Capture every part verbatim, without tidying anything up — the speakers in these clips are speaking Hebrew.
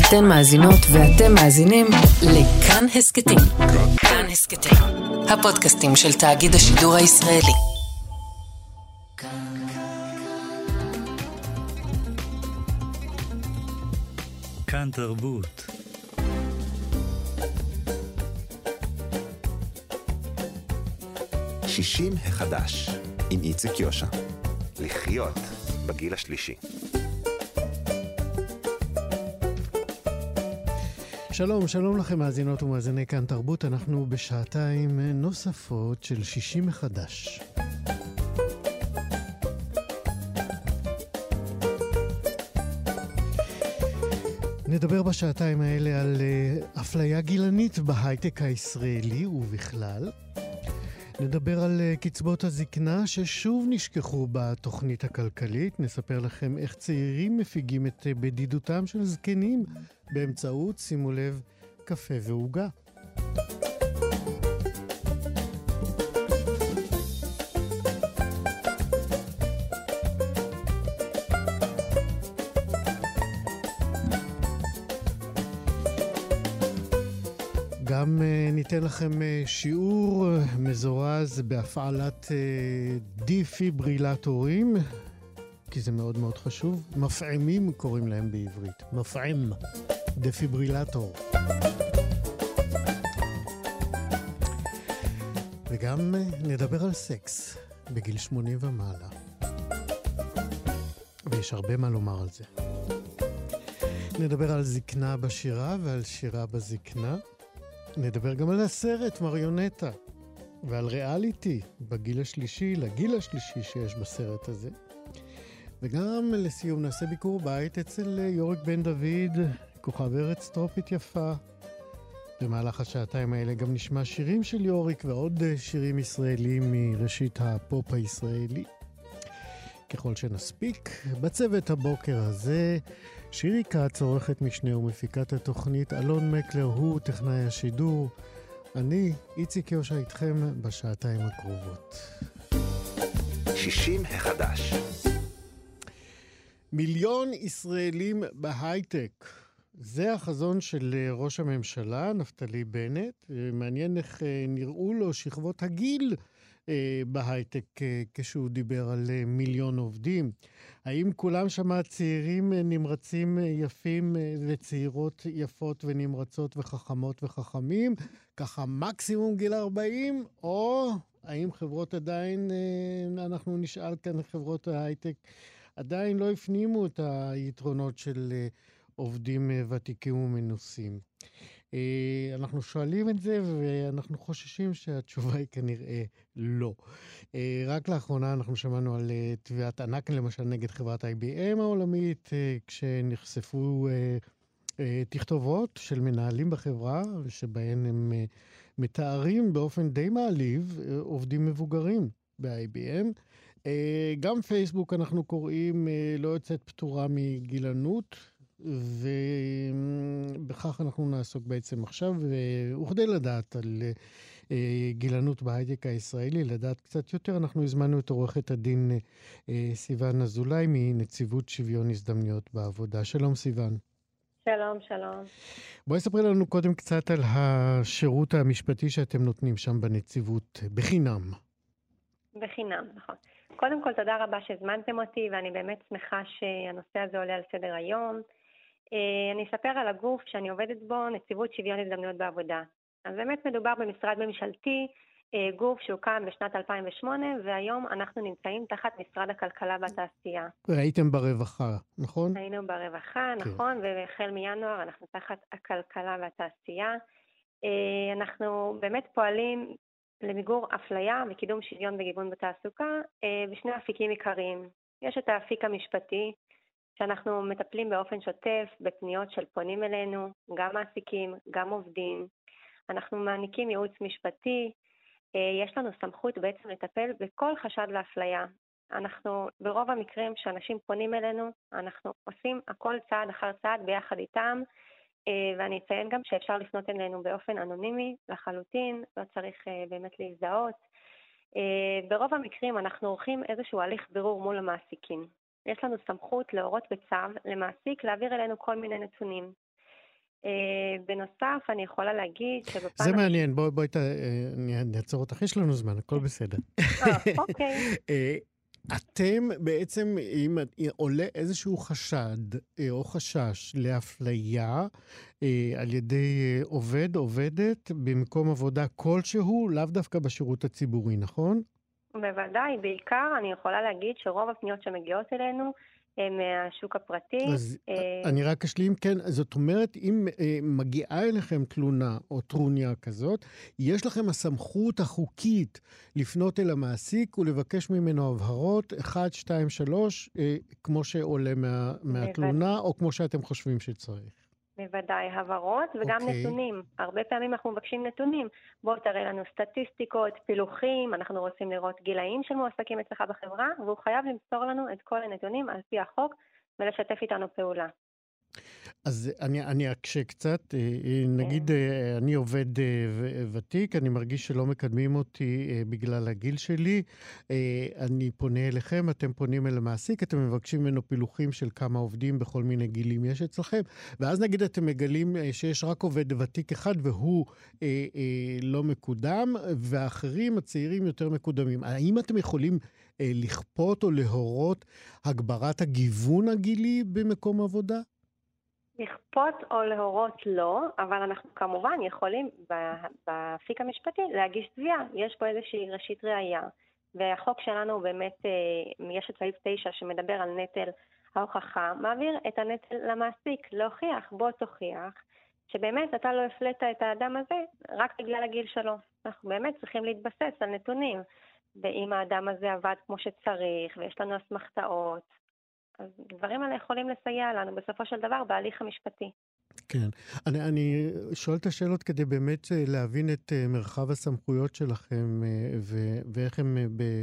אתן מאזינות ואתם מאזינים לכאן הסקטים. כאן הסקטים, הפודקאסטים של תאגיד השידור הישראלי. כאן תרבות. שישים החדש עם איציק יושע. לחיות בגיל השלישי. שלום, שלום לכם מאזינות ומאזיני כאן תרבות. אנחנו בשעתיים נוספות של שישים מחדש. נדבר בשעתיים האלה על uh, אפליה גילנית בהייטק הישראלי ובכלל. נדבר על uh, קצבות הזקנה ששוב נשכחו בתוכנית הכלכלית. נספר לכם איך צעירים מפיגים את uh, בדידותם של זקנים באמצעות, שימו לב, קפה ועוגה. גם ניתן לכם שיעור מזורז בהפעלת דיפיברילטורים, כי זה מאוד מאוד חשוב. מפעמים קוראים להם בעברית. מפעם. דפיברילטור. וגם נדבר על סקס בגיל שמונים ומעלה. ויש הרבה מה לומר על זה. נדבר על זקנה בשירה ועל שירה בזקנה. נדבר גם על הסרט מריונטה ועל ריאליטי בגיל השלישי, לגיל השלישי שיש בסרט הזה. וגם לסיום נעשה ביקור בית אצל יוריק בן דוד, כוכב ארץ טרופית יפה. במהלך השעתיים האלה גם נשמע שירים של יוריק ועוד שירים ישראלים מראשית הפופ הישראלי. ככל שנספיק, בצוות הבוקר הזה, שירי כץ, עורכת משנה ומפיקת התוכנית, אלון מקלר הוא טכנאי השידור. אני, איציק יושע, איתכם בשעתיים הקרובות. שישים החדש. מיליון ישראלים בהייטק. זה החזון של ראש הממשלה, נפתלי בנט. מעניין איך נראו לו שכבות הגיל בהייטק כשהוא דיבר על מיליון עובדים. האם כולם שמה צעירים נמרצים יפים וצעירות יפות ונמרצות וחכמות וחכמים, ככה מקסימום גיל ארבעים, או האם חברות עדיין, אנחנו נשאל כאן חברות ההייטק, עדיין לא הפנימו את היתרונות של עובדים ותיקים ומנוסים? אנחנו שואלים את זה ואנחנו חוששים שהתשובה היא כנראה לא. רק לאחרונה אנחנו שמענו על תביעת ענק למשל נגד חברת איי בי אם העולמית, כשנחשפו תכתובות של מנהלים בחברה שבהן הם מתארים באופן די מעליב עובדים מבוגרים ב-איי בי אם. גם פייסבוק אנחנו קוראים לא יוצאת פטורה מגילנות, ובכך אנחנו נעסוק בעצם עכשיו. וכדי לדעת על גילנות בהייטק הישראלי, לדעת קצת יותר, אנחנו הזמנו את עורכת הדין סיוון אזולאי מנציבות שוויון הזדמנויות בעבודה. שלום סיוון. שלום, שלום. בואי ספרי לנו קודם קצת על השירות המשפטי שאתם נותנים שם בנציבות, בחינם. בחינם, נכון. קודם כל, תודה רבה שהזמנתם אותי, ואני באמת שמחה שהנושא הזה עולה על סדר היום. אני אספר על הגוף שאני עובדת בו, נציבות שוויון הזדמנויות בעבודה. אז באמת מדובר במשרד ממשלתי, גוף שהוקם בשנת אלפיים ושמונה, והיום אנחנו נמצאים תחת משרד הכלכלה והתעשייה. הייתם ברווחה, נכון? היינו ברווחה, כן. נכון, והחל מינואר אנחנו תחת הכלכלה והתעשייה. אנחנו באמת פועלים למיגור אפליה וקידום שוויון וגיוון בתעסוקה בשני אפיקים עיקריים. יש את האפיק המשפטי, שאנחנו מטפלים באופן שוטף בפניות של פונים אלינו, גם מעסיקים, גם עובדים. אנחנו מעניקים ייעוץ משפטי, יש לנו סמכות בעצם לטפל בכל חשד לאפליה. אנחנו ברוב המקרים שאנשים פונים אלינו, אנחנו עושים הכל צעד אחר צעד ביחד איתם, ואני אציין גם שאפשר לפנות אלינו באופן אנונימי לחלוטין, לא צריך באמת להזדהות. ברוב המקרים אנחנו עורכים איזשהו הליך בירור מול המעסיקים. יש לנו סמכות להורות בצו למעסיק להעביר אלינו כל מיני נתונים. בנוסף, אני יכולה להגיד שבפעם... זה מעניין, בואי, בואי, אני אעצור אותך, יש לנו זמן, הכל בסדר. אוקיי. אתם בעצם, אם עולה איזשהו חשד או חשש לאפליה על ידי עובד, עובדת, במקום עבודה כלשהו, לאו דווקא בשירות הציבורי, נכון? בוודאי, בעיקר אני יכולה להגיד שרוב הפניות שמגיעות אלינו, מהשוק הפרטי. אז אני רק אשלים, כן, זאת אומרת, אם מגיעה אליכם תלונה או טרוניה כזאת, יש לכם הסמכות החוקית לפנות אל המעסיק ולבקש ממנו הבהרות, אחת, שתיים, שלוש, כמו שעולה מהתלונה, או כמו שאתם חושבים שצריך. בוודאי, הבהרות וגם okay. נתונים. הרבה פעמים אנחנו מבקשים נתונים. בוא תראה לנו סטטיסטיקות, פילוחים, אנחנו רוצים לראות גילאים של מועסקים אצלך בחברה, והוא חייב למסור לנו את כל הנתונים על פי החוק ולשתף איתנו פעולה. אז אני, אני אקשה קצת, נגיד אני עובד ותיק, אני מרגיש שלא מקדמים אותי בגלל הגיל שלי, אני פונה אליכם, אתם פונים אל המעסיק, אתם מבקשים ממנו פילוחים של כמה עובדים בכל מיני גילים יש אצלכם, ואז נגיד אתם מגלים שיש רק עובד ותיק אחד והוא לא מקודם, והאחרים הצעירים יותר מקודמים. האם אתם יכולים לכפות או להורות הגברת הגיוון הגילי במקום עבודה? לכפות או להורות לא, אבל אנחנו כמובן יכולים באפיק המשפטי להגיש תביעה. יש פה איזושהי ראשית ראייה, והחוק שלנו באמת, יש את סעיף תשע שמדבר על נטל ההוכחה, מעביר את הנטל למעסיק, להוכיח, בוא תוכיח, שבאמת אתה לא הפלית את האדם הזה רק בגלל הגיל שלו. אנחנו באמת צריכים להתבסס על נתונים, ואם האדם הזה עבד כמו שצריך, ויש לנו אסמכתאות, אז דברים האלה יכולים לסייע לנו בסופו של דבר בהליך המשפטי. כן. אני, אני שואל את השאלות כדי באמת להבין את מרחב הסמכויות שלכם ו- ואיך הן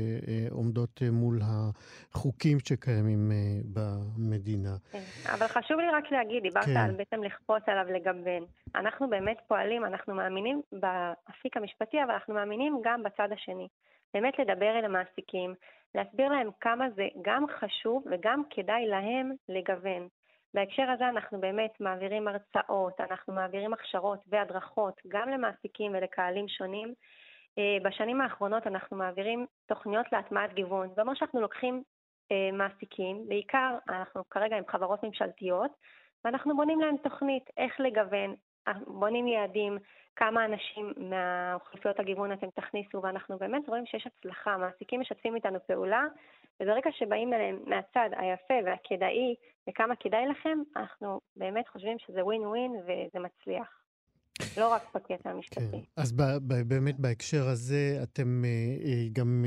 עומדות מול החוקים שקיימים במדינה. כן. אבל חשוב לי רק להגיד, דיברת כן. על בעצם לכפות עליו לגוון. אנחנו באמת פועלים, אנחנו מאמינים באפיק המשפטי, אבל אנחנו מאמינים גם בצד השני. באמת לדבר אל המעסיקים, להסביר להם כמה זה גם חשוב וגם כדאי להם לגוון. בהקשר הזה אנחנו באמת מעבירים הרצאות, אנחנו מעבירים הכשרות והדרכות גם למעסיקים ולקהלים שונים. בשנים האחרונות אנחנו מעבירים תוכניות להטמעת גיוון. זאת אומרת שאנחנו לוקחים מעסיקים, בעיקר אנחנו כרגע עם חברות ממשלתיות, ואנחנו בונים להם תוכנית איך לגוון, בונים יעדים, כמה אנשים מהאוכלוסיות הגיוון אתם תכניסו, ואנחנו באמת רואים שיש הצלחה, מעסיקים משתפים איתנו פעולה, וברגע שבאים אליהם מהצד היפה והכדאי, וכמה כדאי לכם, אנחנו באמת חושבים שזה ווין ווין וזה מצליח. לא רק בקטע המשפטי. כן. אז באמת בהקשר הזה, אתם גם,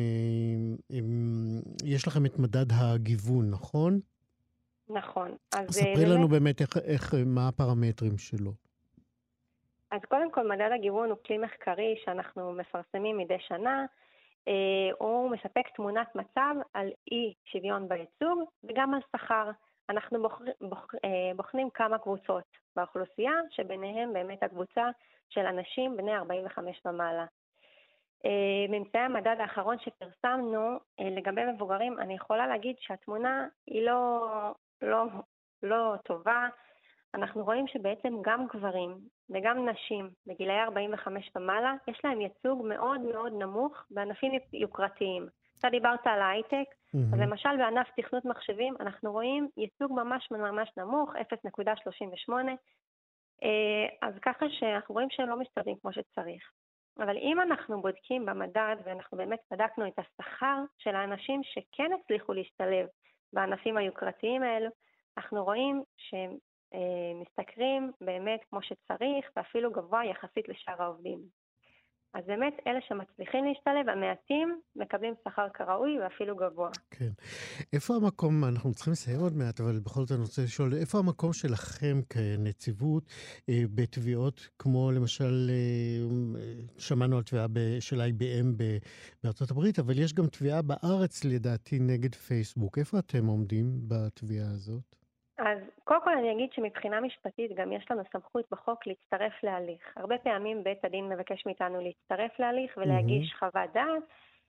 יש לכם את מדד הגיוון, נכון? נכון. אז ספרי לנו באמת איך, איך, מה הפרמטרים שלו. אז קודם כל, מדד הגיוון הוא כלי מחקרי שאנחנו מפרסמים מדי שנה. הוא מספק תמונת מצב על אי שוויון בייצוג וגם על שכר. אנחנו בוחר, בוחר, בוחנים כמה קבוצות באוכלוסייה, שביניהם באמת הקבוצה של אנשים בני ארבעים וחמש ומעלה. ממצאי המדד האחרון שפרסמנו לגבי מבוגרים, אני יכולה להגיד שהתמונה היא לא, לא, לא טובה. אנחנו רואים שבעצם גם גברים וגם נשים בגילאי ארבעים וחמש ומעלה, יש להם ייצוג מאוד מאוד נמוך בענפים יוקרתיים. אתה דיברת על ההייטק, mm-hmm. אז למשל בענף תכנות מחשבים, אנחנו רואים ייצוג ממש ממש נמוך, אפס נקודה שלושים ושמונה, אז ככה שאנחנו רואים שהם לא מסתדרים כמו שצריך. אבל אם אנחנו בודקים במדד, ואנחנו באמת בדקנו את השכר של האנשים שכן הצליחו להשתלב בענפים היוקרתיים האלו, אנחנו רואים שהם משתכרים באמת כמו שצריך, ואפילו גבוה יחסית לשאר העובדים. אז באמת, אלה שמצליחים להשתלב, המעטים מקבלים שכר כראוי ואפילו גבוה. כן. איפה המקום, אנחנו צריכים לסיים עוד מעט, אבל בכל זאת אני רוצה לשאול, איפה המקום שלכם כנציבות אה, בתביעות, כמו למשל, אה, שמענו על תביעה ב, של איי בי אם ב, בארצות הברית, אבל יש גם תביעה בארץ לדעתי נגד פייסבוק. איפה אתם עומדים בתביעה הזאת? אז קודם כל אני אגיד שמבחינה משפטית גם יש לנו סמכות בחוק להצטרף להליך. הרבה פעמים בית הדין מבקש מאיתנו להצטרף להליך ולהגיש mm-hmm. חוות דעת,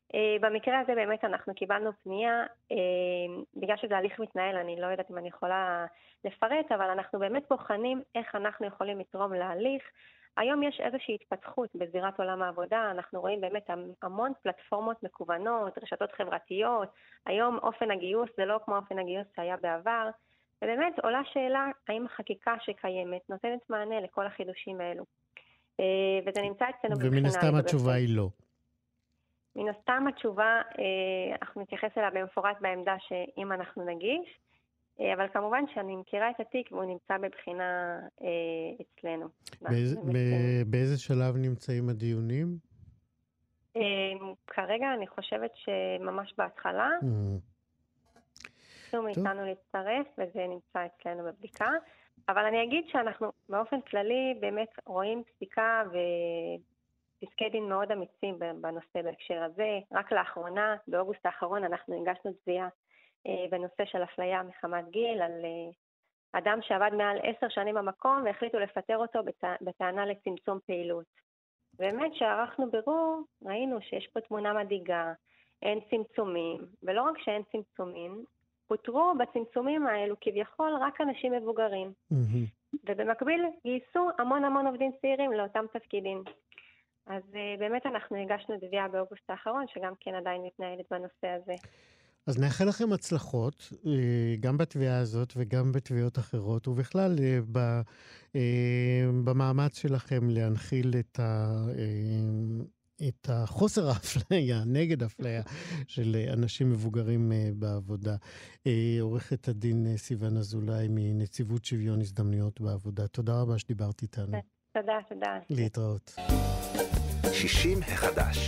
במקרה הזה באמת אנחנו קיבלנו פנייה, בגלל שזה הליך מתנהל, אני לא יודעת אם אני יכולה לפרט, אבל אנחנו באמת בוחנים איך אנחנו יכולים לתרום להליך. היום יש איזושהי התפתחות בזירת עולם העבודה, אנחנו רואים באמת המון פלטפורמות מקוונות, רשתות חברתיות, היום אופן הגיוס זה לא כמו אופן הגיוס שהיה בעבר, ובאמת עולה שאלה האם החקיקה שקיימת נותנת מענה לכל החידושים האלו. וזה נמצא אצלנו בבחינה. ומן הסתם התשובה היא לא. מן הסתם התשובה, אנחנו נתייחס אליה במפורט בעמדה שאם אנחנו נגיש, אבל כמובן שאני מכירה את התיק והוא נמצא בבחינה אצלנו. באיזה שלב נמצאים הדיונים? כרגע אני חושבת שממש בהתחלה, ביקשו מאיתנו להצטרף וזה נמצא אצלנו בבדיקה, אבל אני אגיד שאנחנו באופן כללי באמת רואים פסיקה ופסקי דין מאוד אמיצים בנושא בהקשר הזה. רק לאחרונה, באוגוסט האחרון, אנחנו הגשנו תביעה בנושא של אפליה מחמת גיל, על אדם שעבד מעל עשר שנים במקום והחליטו לפטר אותו בטענה לצמצום פעילות. באמת שערכנו בירור, ראינו שיש פה תמונה מדאיגה, אין צמצומים, ולא רק שאין צמצומים, פוטרו בצמצומים האלו כביכול רק אנשים מבוגרים. Mm-hmm. ובמקביל גייסו המון המון עובדים צעירים לאותם תפקידים. אז באמת אנחנו הגשנו תביעה באוגוסט האחרון, שגם כן עדיין מתנהלת בנושא הזה. אז נאחל לכם הצלחות, גם בתביעה הזאת וגם בתביעות אחרות, ובכלל במאמץ שלכם להנחיל את ה... את החוסר האפליה, נגד אפליה של אנשים מבוגרים בעבודה. עורכת הדין סיוון אזולאי מנציבות שוויון הזדמנויות בעבודה. תודה רבה שדיברת איתנו. תודה, תודה. להתראות. שישים החדש.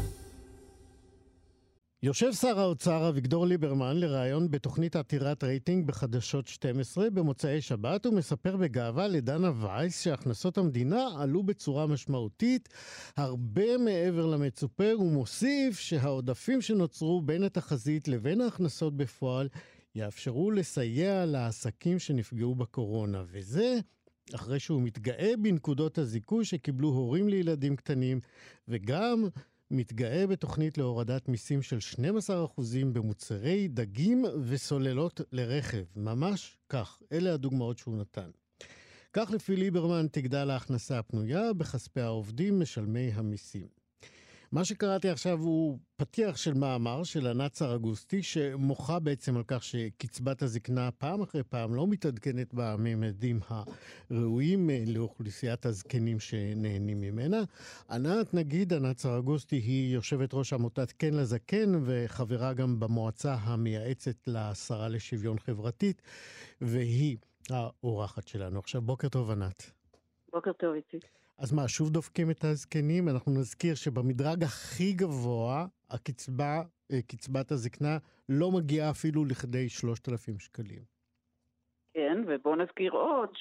יושב שר האוצר אביגדור ליברמן לראיון בתוכנית עתירת רייטינג בחדשות שתים עשרה במוצאי שבת, ומספר בגאווה לדנה וייס שהכנסות המדינה עלו בצורה משמעותית הרבה מעבר למצופה, ומוסיף שהעודפים שנוצרו בין התחזית לבין ההכנסות בפועל יאפשרו לסייע לעסקים שנפגעו בקורונה, וזה אחרי שהוא מתגאה בנקודות הזיכוי שקיבלו הורים לילדים קטנים, וגם מתגאה בתוכנית להורדת מיסים של שנים עשר אחוזים במוצרי דגים וסוללות לרכב. ממש כך, אלה הדוגמאות שהוא נתן. כך לפי ליברמן תגדל ההכנסה הפנויה בכספי העובדים משלמי המיסים. מה שקראתי עכשיו הוא פתיח של מאמר של ענת סרגוסטי, שמוחה בעצם על כך שקצבת הזקנה פעם אחרי פעם לא מתעדכנת בממדים הראויים לאוכלוסיית הזקנים שנהנים ממנה. ענת, נגיד, ענת סרגוסטי היא יושבת ראש עמותת כן לזקן, וחברה גם במועצה המייעצת לשרה לשוויון חברתית, והיא האורחת שלנו. עכשיו, בוקר טוב, ענת. בוקר טוב, איציק. אז מה, שוב דופקים את הזקנים? אנחנו נזכיר שבמדרג הכי גבוה, הקצבה, קצבת הזקנה, לא מגיעה אפילו לכדי שלושת אלפים שקלים. כן, ובואו נזכיר עוד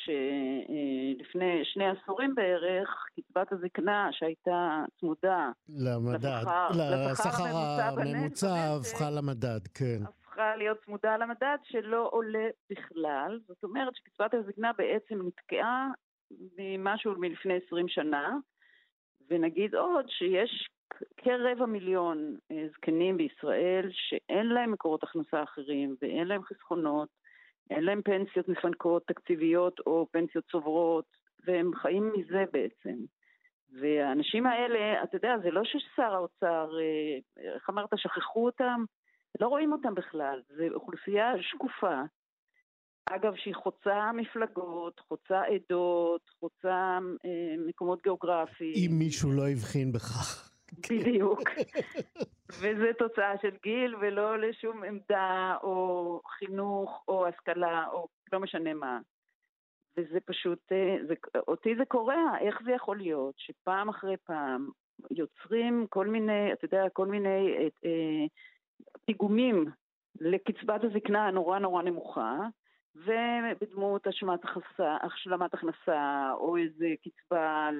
שלפני שני עשורים בערך, קצבת הזקנה שהייתה צמודה למדד, לשכר הממוצע הפכה למדד, כן. הפכה להיות צמודה למדד שלא עולה בכלל. זאת אומרת שקצבת הזקנה בעצם נתקעה ממשהו מלפני עשרים שנה, ונגיד עוד שיש כרבע מיליון זקנים בישראל שאין להם מקורות הכנסה אחרים, ואין להם חסכונות, אין להם פנסיות מפנקות תקציביות או פנסיות צוברות, והם חיים מזה בעצם. והאנשים האלה, אתה יודע, זה לא ששר האוצר, איך אמרת, שכחו אותם, לא רואים אותם בכלל, זה אוכלוסייה שקופה, אגב, שהיא חוצה מפלגות, חוצה עדות, חוצה אה, מקומות גיאוגרפיים. אם מישהו לא הבחין בכך. בדיוק. וזה תוצאה של גיל, ולא לשום עמדה, או חינוך, או השכלה, או לא משנה מה. וזה פשוט, זה, אותי זה קורה, איך זה יכול להיות, שפעם אחרי פעם יוצרים כל מיני, אתה יודע, כל מיני אה, אה, פיגומים לקצבת הזקנה הנורא נורא נמוכה, ובדמות השלמת הכנסה, השלמת הכנסה, או איזה קצבה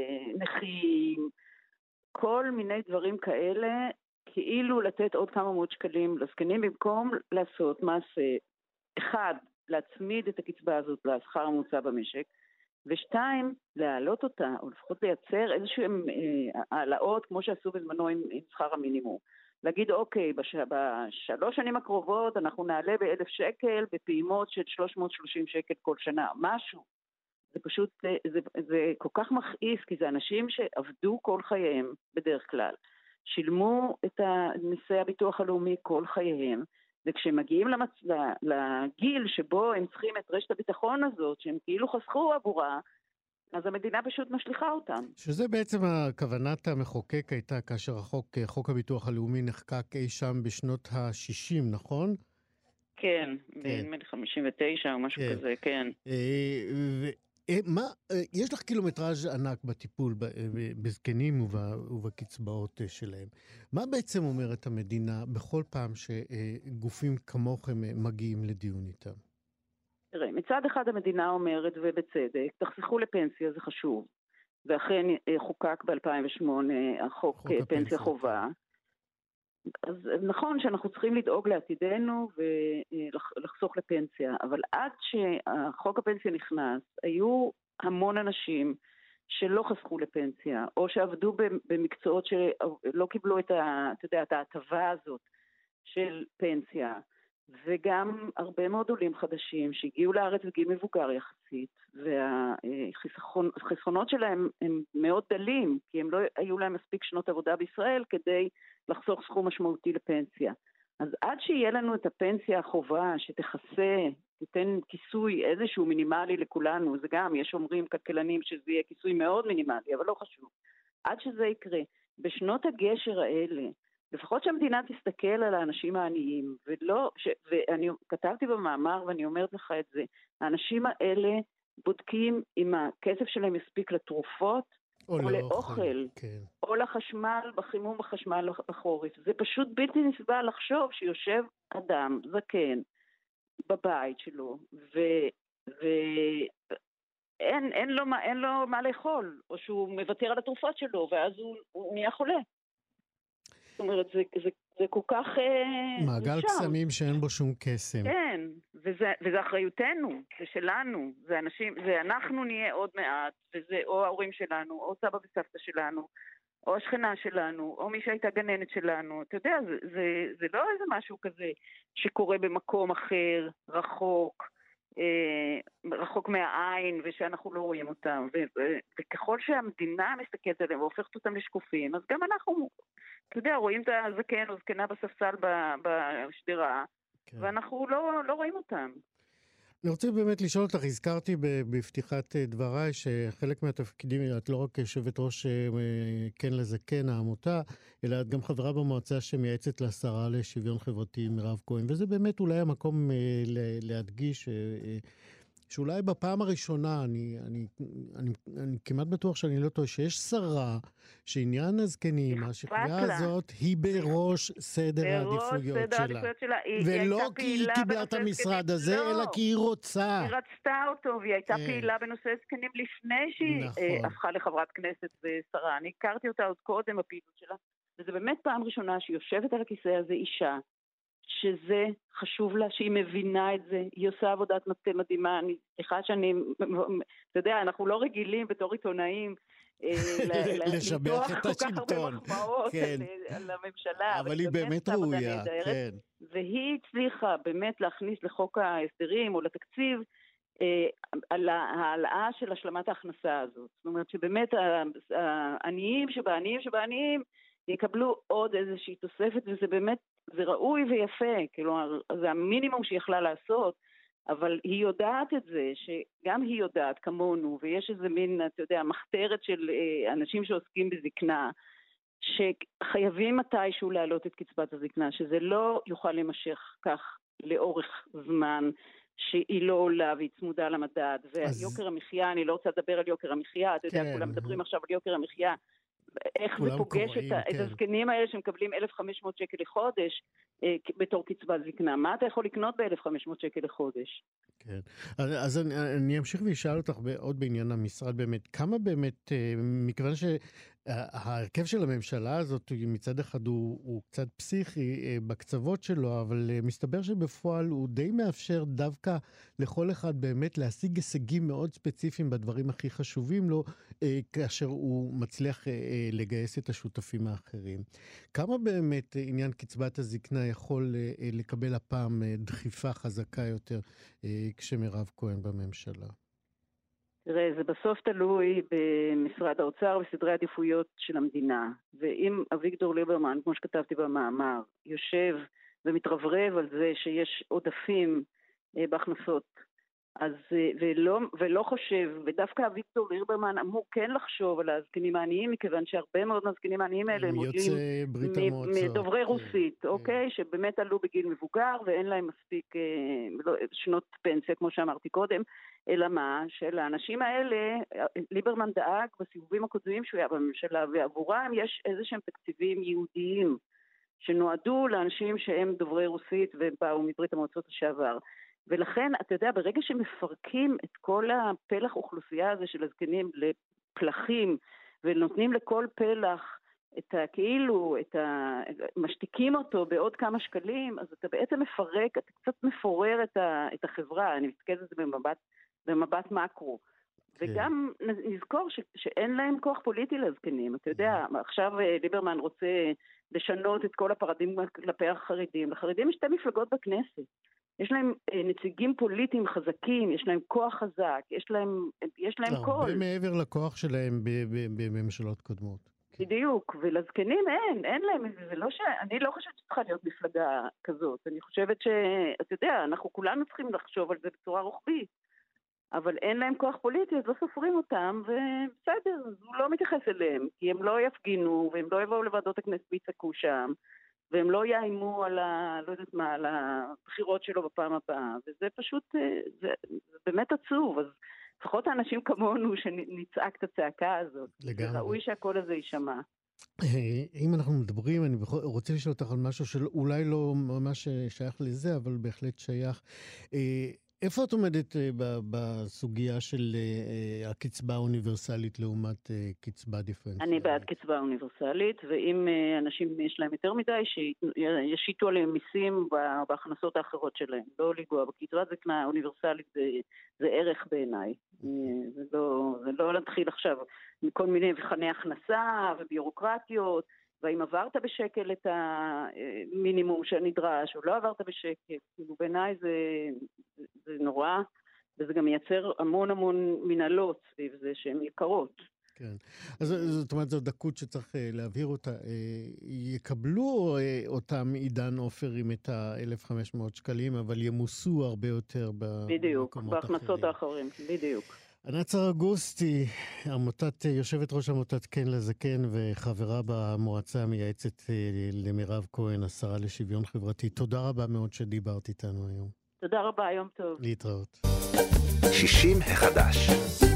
לנכים, כל מיני דברים כאלה, כאילו לתת עוד כמה מאות שקלים לזקנים, במקום לעשות מעשה, אחד, להצמיד את הקצבה הזאת לשכר הממוצע במשק, ושתיים, להעלות אותה, או לפחות לייצר איזשהם אה, העלאות, כמו שעשו בזמנו עם, עם שכר המינימום. להגיד, אוקיי, בש, בשלוש שנים הקרובות אנחנו נעלה באלף שקל, בפעימות של שלוש מאות ושלושים שקל כל שנה, משהו. זה פשוט, זה, זה, זה כל כך מכעיס, כי זה אנשים שעבדו כל חייהם בדרך כלל, שילמו את מיסי הביטוח הלאומי כל חייהם, וכשהם מגיעים למצ... לגיל שבו הם צריכים את רשת הביטחון הזאת, שהם כאילו חסכו עבורה, אז המדינה פשוט משליחה אותם. שזה בעצם הכוונת המחוקק הייתה, כאשר החוק, חוק הביטוח הלאומי נחקק אי שם בשנות ה-שישים, נכון? כן, בין חמישים ותשע או משהו כזה, כן. מה, יש לך קילומטראז' ענק בטיפול בזקנים ובקצבאות שלהם. מה בעצם אומרת המדינה בכל פעם שגופים כמוכם מגיעים לדיון איתם? תראה, מצד אחד המדינה אומרת, ובצדק, תחסכו לפנסיה, זה חשוב. ואכן חוקק ב-אלפיים ושמונה החוק פנסיה חובה. אז נכון שאנחנו צריכים לדאוג לעתידנו ולחסוך לפנסיה, אבל עד שהחוק הפנסיה נכנס, היו המון אנשים שלא חסכו לפנסיה, או שעבדו במקצועות שלא קיבלו את ההטבה הזאת של פנסיה, וגם הרבה מאוד עולים חדשים שהגיעו לארץ בגיל מבוגר יחסית, והחסכונות שלהם הם מאוד דלים, כי הם לא היו להם מספיק שנות עבודה בישראל כדי לחסוך סכום משמעותי לפנסיה. אז עד שיהיה לנו את הפנסיה החובה שתכסה, תיתן כיסוי איזשהו מינימלי לכולנו, זה גם, יש אומרים כלכלנים שזה יהיה כיסוי מאוד מינימלי, אבל לא חשוב. עד שזה יקרה, בשנות הגשר האלה, לפחות שהמדינה תסתכל על האנשים העניים, ולא, ש, ואני כתבתי במאמר ואני אומרת לך את זה, האנשים האלה בודקים אם הכסף שלהם יספיק לתרופות, או, או לאוכל, כן. או לחשמל, בחימום בחשמל בחורף. זה פשוט בלתי נסבל לחשוב שיושב אדם זקן בבית שלו, ו... ו... אין, אין לו מה, אין לו מה לאכול, או שהוא מוותר על התרופות שלו, ואז הוא, הוא נהיה חולה. זאת אומרת, זה, זה, זה כל כך... מעגל קסמים שאין בו שום קסם. כן, וזה, וזה אחריותנו, זה שלנו, זה אנשים, זה אנחנו נהיה עוד מעט, וזה או ההורים שלנו, או סבא וסבתא שלנו, או השכנה שלנו, או מי שהייתה גננת שלנו. אתה יודע, זה, זה, זה לא איזה משהו כזה שקורה במקום אחר, רחוק, אה, רחוק מהעין, ושאנחנו לא רואים אותם. ו, ו, וככל שהמדינה מסתכלת עליהם והופכת אותם לשקופים, אז גם אנחנו... אתה יודע, רואים את הזקן או זקנה בספסל בשדרה, כן. ואנחנו לא, לא רואים אותם. אני רוצה באמת לשאול אותך, הזכרתי בפתיחת דבריי, שחלק מהתפקידים, את לא רק יושבת ראש כן לזקן, העמותה, אלא את גם חברה במועצה שמייעצת לשרה לשוויון חברתי מירב כהן, וזה באמת אולי המקום להדגיש שאולי בפעם הראשונה, אני, אני, אני, אני כמעט בטוח שאני לא טועה, שיש שרה שעניין הזקנים, השכבה הזאת, היא בראש סדר העדיפויות שלה. ולא כי היא קיבלה את המשרד הזה, אלא כי היא רוצה. היא רצתה אותו, והיא הייתה פעילה בנושא זקנים לפני שהיא הפכה לחברת כנסת ושרה. אני הכרתי אותה עוד קודם בפעילות שלה, וזה באמת פעם ראשונה שהיא יושבת על הכיסא הזה אישה, שזה חשוב לה, שהיא מבינה את זה, היא עושה עבודת מטה מדהימה, אני, אחד שאני, אתה יודע, אנחנו לא רגילים בתור עיתונאים, לשבח את השלטון, על הממשלה, אבל היא באמת ראויה, כן. והיא הצליחה באמת להכניס לחוק ההסדרים או לתקציב, על העלאה של השלמת ההכנסה הזאת. זאת אומרת שבאמת העניים שבעניים שבעניים יקבלו עוד איזושהי תוספת, וזה באמת, זה ראוי ויפה, כאילו, זה המינימום שהיא יכלה לעשות, אבל היא יודעת את זה, שגם היא יודעת כמונו, ויש איזה מין, אתה יודע, מחתרת של אנשים שעוסקים בזקנה, שחייבים מתישהו להעלות את קצבת הזקנה, שזה לא יוכל להימשך כך לאורך זמן, שהיא לא עולה והיא צמודה למדד, ויוקר המחיה, אני לא רוצה לדבר על יוקר המחיה, אתה יודע, כולם מדברים עכשיו על יוקר המחיה, איך זה פוגש את, כן. את הזקנים האלה שמקבלים אלף וחמש מאות שקל לחודש אה, בתור קצבת זקנה. מה אתה יכול לקנות ב-אלף וחמש מאות שקל לחודש? כן. אז, אז אני, אני אמשיך וישאל אותך עוד בעניין המשרד באמת. כמה באמת, אה, מכיוון ההרכב של הממשלה הזאת מצד אחד הוא, הוא קצת פסיכי בקצוות שלו, אבל מסתבר שבפועל הוא די מאפשר דווקא לכל אחד באמת להשיג הישגים מאוד ספציפיים בדברים הכי חשובים לו, כאשר הוא מצליח לגייס את השותפים האחרים. כמה באמת עניין קצבת הזקנה יכול לקבל הפעם דחיפה חזקה יותר כשמירב כהן בממשלה? תראה, זה בסוף תלוי במשרד האוצר וסדרי עדיפויות של המדינה. ואם אביגדור ליברמן, כמו שכתבתי במאמר, יושב ומתרברב על זה שיש עודפים בהכנסות, אז, ולא, ולא חושב, ודווקא אביגדור ליברמן אמור כן לחשוב על הזקנים העניים, מכיוון שהרבה מאוד מהזקנים העניים האלה הם עולים מדוברי רוסית, אוקיי? שבאמת עלו בגיל מבוגר ואין להם מספיק שנות פנסיה, כמו שאמרתי קודם, אלא מה? שלאנשים האלה, ליברמן דאג בסיבובים הקודמים שהוא היה בממשלה, ועבורם יש איזה שהם תקציבים יהודיים שנועדו לאנשים שהם דוברי רוסית והם באו מברית המועצות לשעבר. ולכן, אתה יודע, ברגע שמפרקים את כל הפלח אוכלוסייה הזה של הזקנים לפלחים, ונותנים לכל פלח את ה, כאילו, את ה, משתיקים אותו בעוד כמה שקלים, אז אתה בעצם מפרק, אתה קצת מפורר את, ה, את החברה, אני מסתכלת על זה במבט, במבט מקרו. כן. וגם נזכור ש, שאין להם כוח פוליטי לזקנים. אתה יודע, עכשיו ליברמן רוצה לשנות את כל הפרדיגמה כלפי החרדים. לחרדים יש שתי מפלגות בכנסת. יש להם נציגים פוליטיים חזקים, יש להם כוח חזק, יש להם, יש להם קול. הרבה מעבר לכוח שלהם בממשלות קודמות. בדיוק, ולזקנים אין, אין להם, זה לא ש... אני לא חושבת שצריכה להיות מפלגה כזאת. אני חושבת ש... אתה יודע, אנחנו כולנו צריכים לחשוב על זה בצורה רוחבית, אבל אין להם כוח פוליטי, אז לא סופרים אותם, ובסדר, אז הוא לא מתייחס אליהם, כי הם לא יפגינו, והם לא יבואו לוועדות הכנסת ויצעקו שם, והם לא יאיימו על ה... לא יודעת מה, על הבחירות שלו בפעם הבאה, וזה פשוט, זה, זה באמת עצוב, אז לפחות האנשים כמונו שנצעק את הצעקה הזאת, לגמרי. ראוי שהכל הזה יישמע. אם אנחנו מדברים, אני רוצה לשאול אותך על משהו שאולי לא ממש שייך לזה, אבל בהחלט שייך. איפה את עומדת בסוגיה של הקצבה האוניברסלית לעומת קצבה דיפרנציאלית? אני בעד קצבה אוניברסלית, ואם אנשים יש להם יותר מדי, שישיתו עליהם מיסים בהכנסות האחרות שלהם. לא לגוע בקצבת זקנה אוניברסלית, זה, זה ערך בעיניי. זה לא, זה לא להתחיל עכשיו מכל מיני מבחני הכנסה וביורוקרטיות, והאם עברת בשקל את המינימום שנדרש, או לא עברת בשקל, כאילו בעיניי זה, זה, זה נורא, וזה גם מייצר המון המון מנהלות סביב זה שהן יקרות. כן, אז זאת אומרת, זו דקות שצריך להבהיר אותה. יקבלו אותם עידן אופרים את ה-אלף וחמש מאות שקלים, אבל ימוסו הרבה יותר במקומות אחרים. בדיוק, בהכנסות האחרים, בדיוק. ענת סרגוסטי, עמותת, יושבת ראש עמותת כן לזקן וחברה במועצה המייעצת למירב כהן, השרה לשוויון חברתי. תודה רבה מאוד שדיברת איתנו היום. תודה רבה, יום טוב. להתראות. שישים החדש.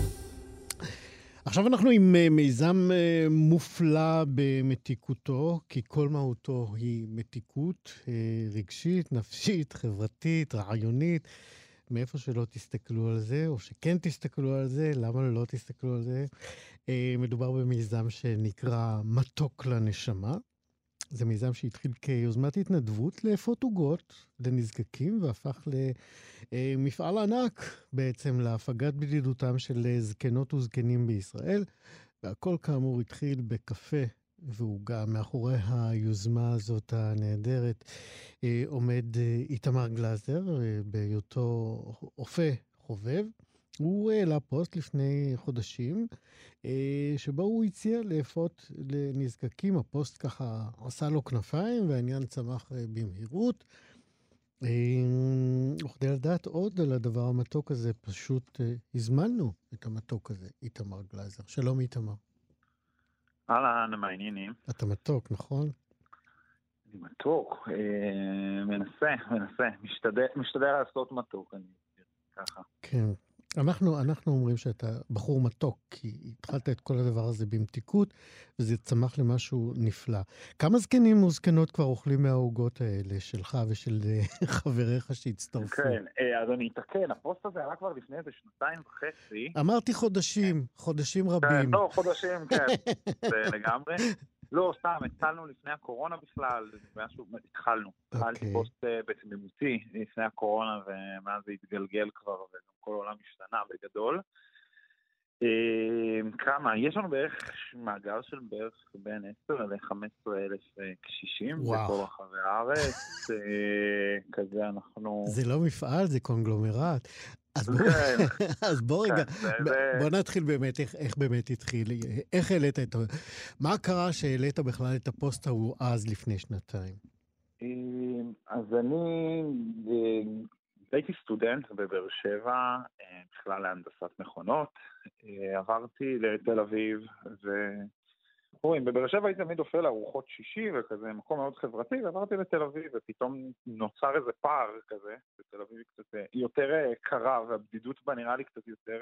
עכשיו אנחנו עם מיזם מופלא במתיקותו, כי כל מהותו היא מתיקות רגשית, נפשית, חברתית, רעיונית. מאיפה שלא תסתכלו על זה, או שכן תסתכלו על זה, למה לא תסתכלו על זה. מדובר במיזם שנקרא מתוק לנשמה. זה מיזם שהתחיל כיוזמת התנדבות לאפות עוגות לנזקקים, והפך למפעל ענק בעצם להפגת בדידותם של זקנות וזקנים בישראל. והכל כאמור התחיל בקפה ועוגה. מאחורי היוזמה הזאת הנהדרת עומד איתמר גלזר, בהיותו אופה חובב. הוא העלה פוסט לפני חודשים, שבו הוא הציע לאפות לנזקקים. הפוסט ככה עשה לו כנפיים, והעניין צמח במהירות. וכדי לדעת עוד על הדבר המתוק הזה, פשוט הזמנו את המתוק הזה, איתמר גלזר. שלום איתמר. אהלן, מה העניינים? אתה מתוק, נכון? אני מתוק, מנסה, מנסה. משתדל לעשות מתוק, אני ככה. כן. אנחנו, אנחנו אומרים שאתה בחור מתוק, כי התחלת את כל הדבר הזה במתיקות, וזה צמח למשהו נפלא. כמה זקנים וזקנות כבר אוכלים מהעוגות האלה, שלך ושל חבריך שהצטרפו? כן, אז אני אתקן, הפוסט הזה עלה כבר לפני איזה שנתיים וחצי. אמרתי חודשים, חודשים כן, רבים. לא, חודשים, כן, זה לגמרי. לא, סתם, התחלנו לפני הקורונה בכלל, משהו, התחלנו. התחלתי פוסט בעצם ממוציא לפני הקורונה, ומאז זה התגלגל כבר, וכל העולם השתנה בגדול. כמה? יש לנו בערך מעגל של בערך בין עשרה ל-חמישה עשר אלף קשישים בכל רחבי הארץ. כזה אנחנו... זה לא מפעל, זה קונגלומרט. אז בוא רגע, בוא נתחיל באמת, איך באמת התחיל, איך העלית את... מה קרה שהעלית בכלל את הפוסט ההוא אז לפני שנתיים? אז אני הייתי סטודנט בבאר שבע, בכלל להנדסת מכונות, עברתי לתל אביב, ורואים, בבאר שבע הייתי תמיד אופה לארוחות שישי, וכזה מקום מאוד חברתי, ועברתי לתל אביב, ופתאום נוצר איזה פער כזה, בתל אביב קצת יותר קרה, והבדידות בה נראה לי קצת יותר,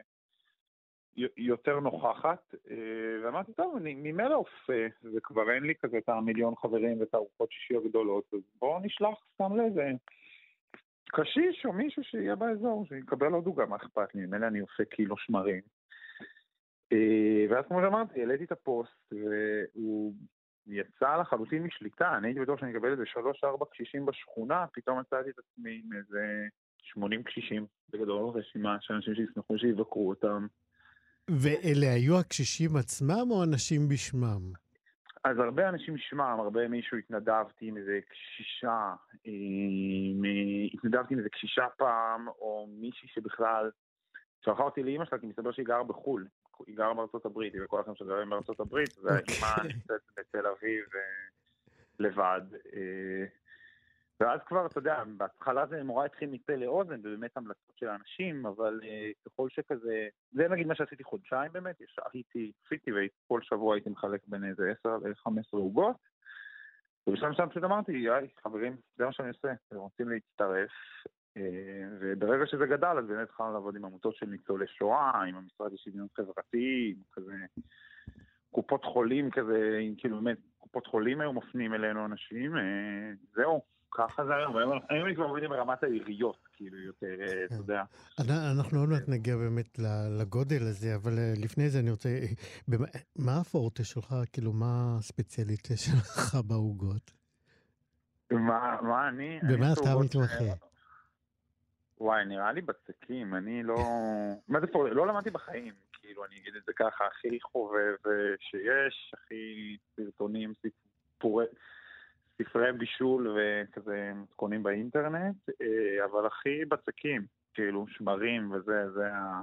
יותר נוכחת, ואמרתי, טוב, אני ממילא אופה, וכבר אין לי כזה את המיליון חברים ואת הארוחות שישי הגדולות, אז בואו נשלח סתם לאיזה קשיש או מישהו שיהיה באזור, שיקבל עוד דוגמה, מה אכפת לי, ממילא אני אופה קילו שמרים. ואז כמו שאמרתי, העליתי את הפוסט, והוא יצא לחלוטין משליטה, אני הייתי בטוח שאני אקבל איזה שלוש ארבע קשישים בשכונה, פתאום מצאתי את עצמי עם איזה שמונים קשישים בגדול, רשימה של אנשים שישמחו שיבקרו אותם. ואלה היו הקשישים עצמם או אנשים בשמם? אז הרבה אנשים בשמם, הרבה מישהו התנדבתי עם איזה קשישה, התנדבתי עם איזה קשישה פעם, או מישהי שבכלל, שלחה אותי לאמא שלה, כי מסתבר שהיא גרה בחול, היא גרה בארצות הברית, וכל לכם שגרים בארצות הברית, והאמא נמצאת בתל אביב לבד. ואז כבר, אתה יודע, בהתחלה זה מורה התחיל מפה לאוזן, ובאמת המלצות של האנשים, אבל ככל שכזה, זה נגיד מה שעשיתי חודשיים באמת, הייתי, פיתי, וכל שבוע הייתי מחלק בין איזה עשר ל-חמש עשרה עוגות, ובשלב שם פשוט אמרתי, יאי, חברים, זה מה שאני עושה, אתם רוצים להצטרף, וברגע שזה גדל, אז באמת התחלנו לעבוד עם עמותות של ניצולי שואה, עם המשרד לשוויון חברתי, כזה, קופות חולים כזה, כאילו באמת, קופות חולים היו מפנים אלינו אנשים, זהו. ככה זה היום, היום אני כבר עובדים ברמת העיריות, כאילו יותר, אתה יודע. אנחנו עוד מעט נגיע באמת לגודל הזה, אבל לפני זה אני רוצה, מה הפורטה שלך, כאילו מה הספציאליטה שלך בעוגות? מה אני? במה אתה מתמחה? וואי, נראה לי בצקים, אני לא... מה זה פורטה? לא למדתי בחיים, כאילו אני אגיד את זה ככה, הכי חובב שיש, הכי סרטונים, סיפורי... ספרי בישול וכזה מתכונים באינטרנט, אבל הכי בצקים, כאילו שמרים וזה, זה ה...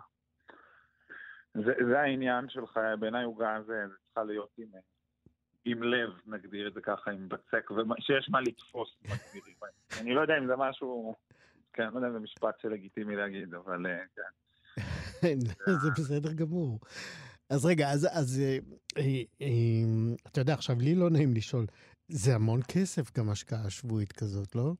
זה, זה העניין שלך, בעיניי עוגה הזה, זה צריכה להיות עם, עם לב, נגדיר את זה ככה, עם בצק, שיש מה לתפוס, מגדירים. אני לא יודע אם זה משהו, כן, אני לא יודע אם זה משפט שלגיטימי להגיד, אבל כן. זה בסדר גמור. אז רגע, אז, אז אתה יודע, עכשיו לי לא נעים לשאול, זה המון כסף גם השקעה שבועית כזאת, לא?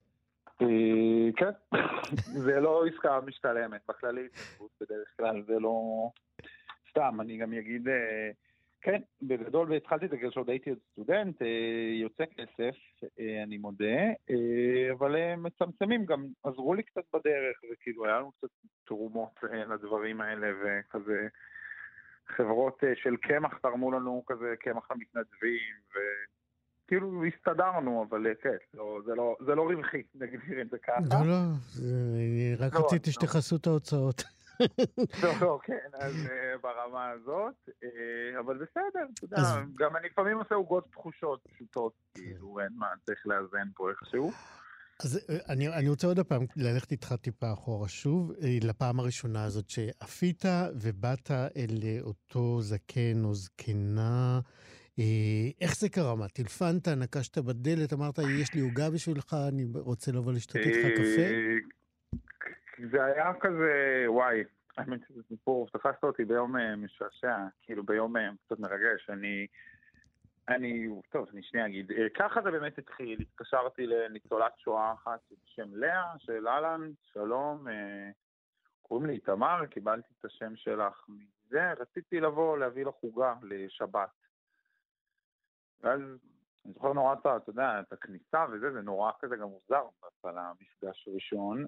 כן, זה לא עסקה משתלמת, בכללית, בדרך כלל זה לא... סתם, אני גם אגיד, כן, בגדול, והתחלתי את זה כשעוד הייתי סטודנט, יוצא כסף, אני מודה, אבל מצמצמים גם, עזרו לי קצת בדרך, וכאילו היה לנו קצת תרומות לדברים האלה, וכזה חברות של קמח תרמו לנו כזה קמח המתנדבים, ו... כאילו הסתדרנו, אבל כן, לא, זה, לא, זה לא רווחי, נגדיר את זה ככה. לא, לא, אני רק לא, רציתי שתכסו את ההוצאות. לא, לא, כן, אז ברמה הזאת, אבל בסדר, אתה יודע, גם אני לפעמים עושה עוגות תחושות פשוטות, כאילו אין מה, צריך לאזן פה איכשהו. אז אני, אני רוצה עוד הפעם ללכת איתך טיפה אחורה שוב, לפעם הראשונה הזאת שאפית ובאת אל אותו זקן או זקנה, איך זה קרה? מה, טלפנת, נקשת בדלת, אמרת, יש לי עוגה בשבילך, אני רוצה לבוא לשתות איתך קפה? זה היה כזה, וואי, האמת שזה סיפור, תפסת אותי ביום משעשע, כאילו ביום קצת מרגש, אני, אני, טוב, אני שנייה אגיד, ככה זה באמת התחיל, התקשרתי לניצולת שואה אחת בשם לאה, של אלן, שלום, קוראים לי תמר, קיבלתי את השם שלך מזה, רציתי לבוא להביא לחוגה לשבת. ואז אני זוכר נורא, אתה יודע, את הכניסה וזה, זה נורא כזה גם מוזר, על המפגש הראשון.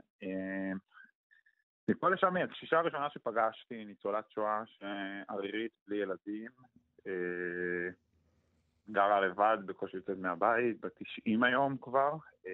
מפה לשם, הקשישה הראשונה שפגשתי, ניצולת שואה, שערירית בלי ילדים, גרה לבד, בקושי יוצאת מהבית, ב-תשעים היום כבר.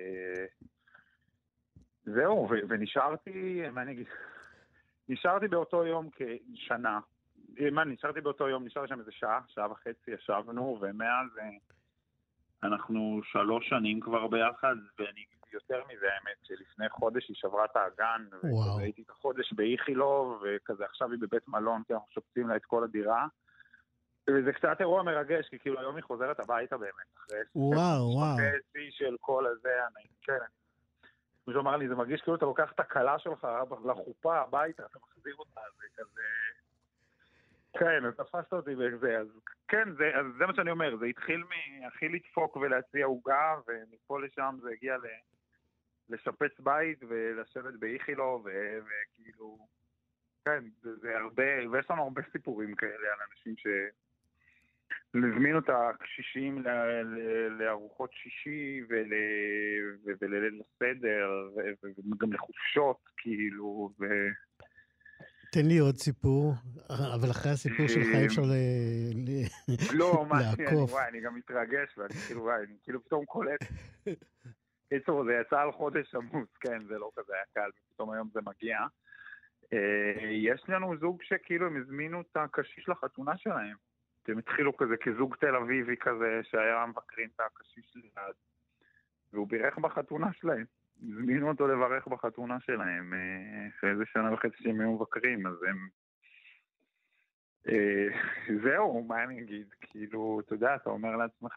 זהו, ונשארתי, מה אני אגיד? נשארתי באותו יום כשנה. מה, נשארתי באותו יום, נשארתי שם איזה שעה, שעה וחצי ישבנו, ומאז אנחנו שלוש שנים כבר ביחד, ואני יותר מזה, האמת, שלפני חודש היא שברה את האגן, והייתי את החודש באיכילוב, וכזה עכשיו היא בבית מלון, כי אנחנו שופצים לה את כל הדירה, וזה קצת אירוע מרגש, כי כאילו היום היא חוזרת הביתה באמת, אחרי וואו, וואו. שפצי של כל הזה, אני, כן, מישהו אמר לי, זה מרגיש כאילו אתה לוקח את הקלה שלך לחופה הביתה, אתה מחזיר אותה, זה כזה... כן, אז תפסת אותי בזה, אז כן, זה, אז זה מה שאני אומר, זה התחיל מהכי לדפוק ולהציע עוגה, ומפה לשם זה הגיע ל, לשפץ בית ולשבת באיכילו, ו, וכאילו, כן, זה, זה הרבה, ויש לנו הרבה סיפורים כאלה על אנשים ש... להזמין את הקשישים ל, ל, לארוחות שישי ול, ולליל הסדר, וגם לחופשות, כאילו, ו... תן לי עוד סיפור, אבל אחרי הסיפור שלך אפשר לעקוף. לא, מה, וואי, אני גם מתרגש, ואני כאילו, וואי, אני כאילו פתאום קולט. קיצור, זה יצא על חודש עמוס, כן, זה לא כזה היה קל, ופתאום היום זה מגיע. יש לנו זוג שכאילו הם הזמינו את הקשיש לחתונה שלהם. הם התחילו כזה כזוג תל אביבי כזה, שהיה מבקרים את הקשיש ליד, והוא בירך בחתונה שלהם. הזמינו אותו לברך בחתונה שלהם, שאיזה שנה וחצי שהם היו מבקרים, אז הם... זהו, מה אני אגיד? כאילו, אתה יודע, אתה אומר לעצמך,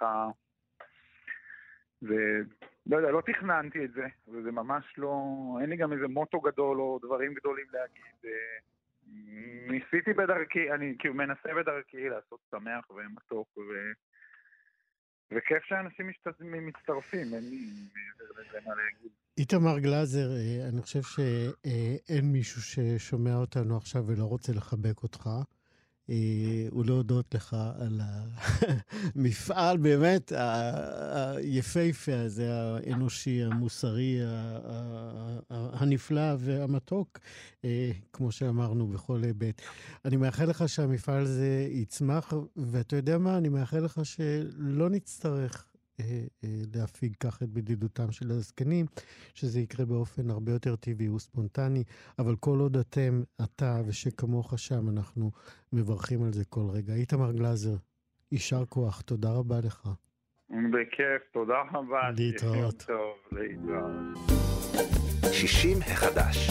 זה... לא יודע, לא תכננתי את זה, וזה ממש לא... אין לי גם איזה מוטו גדול או דברים גדולים להגיד. ניסיתי בדרכי, אני כאילו מנסה בדרכי לעשות שמח ומתוק, ו... וכיף שאנשים מצטרפים, אין לי זה מה להגיד. איתמר גלזר, אני חושב שאין מישהו ששומע אותנו עכשיו ולא רוצה לחבק אותך, ולהודות לך על המפעל באמת היפהפה הזה, האנושי, המוסרי, הנפלא והמתוק, כמו שאמרנו בכל היבט. אני מאחל לך שהמפעל הזה יצמח, ואתה יודע מה? אני מאחל לך שלא נצטרך להפיג כך את בדידותם של הזקנים, שזה יקרה באופן הרבה יותר טבעי וספונטני, אבל כל עוד אתם, אתה ושכמוך שם, אנחנו מברכים על זה כל רגע. איתמר גלזר, יישר כוח, תודה רבה לך. בכיף, תודה רבה. להתראות. טוב, להתראות. שישים החדש.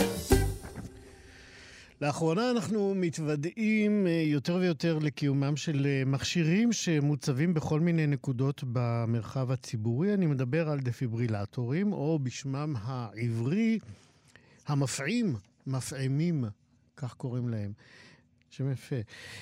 לאחרונה אנחנו מתוודעים יותר ויותר לקיומם של מכשירים שמוצבים בכל מיני נקודות במרחב הציבורי. אני מדבר על דפיברילטורים, או בשמם העברי, המפעים, מפעמים, כך קוראים להם. שם יפה.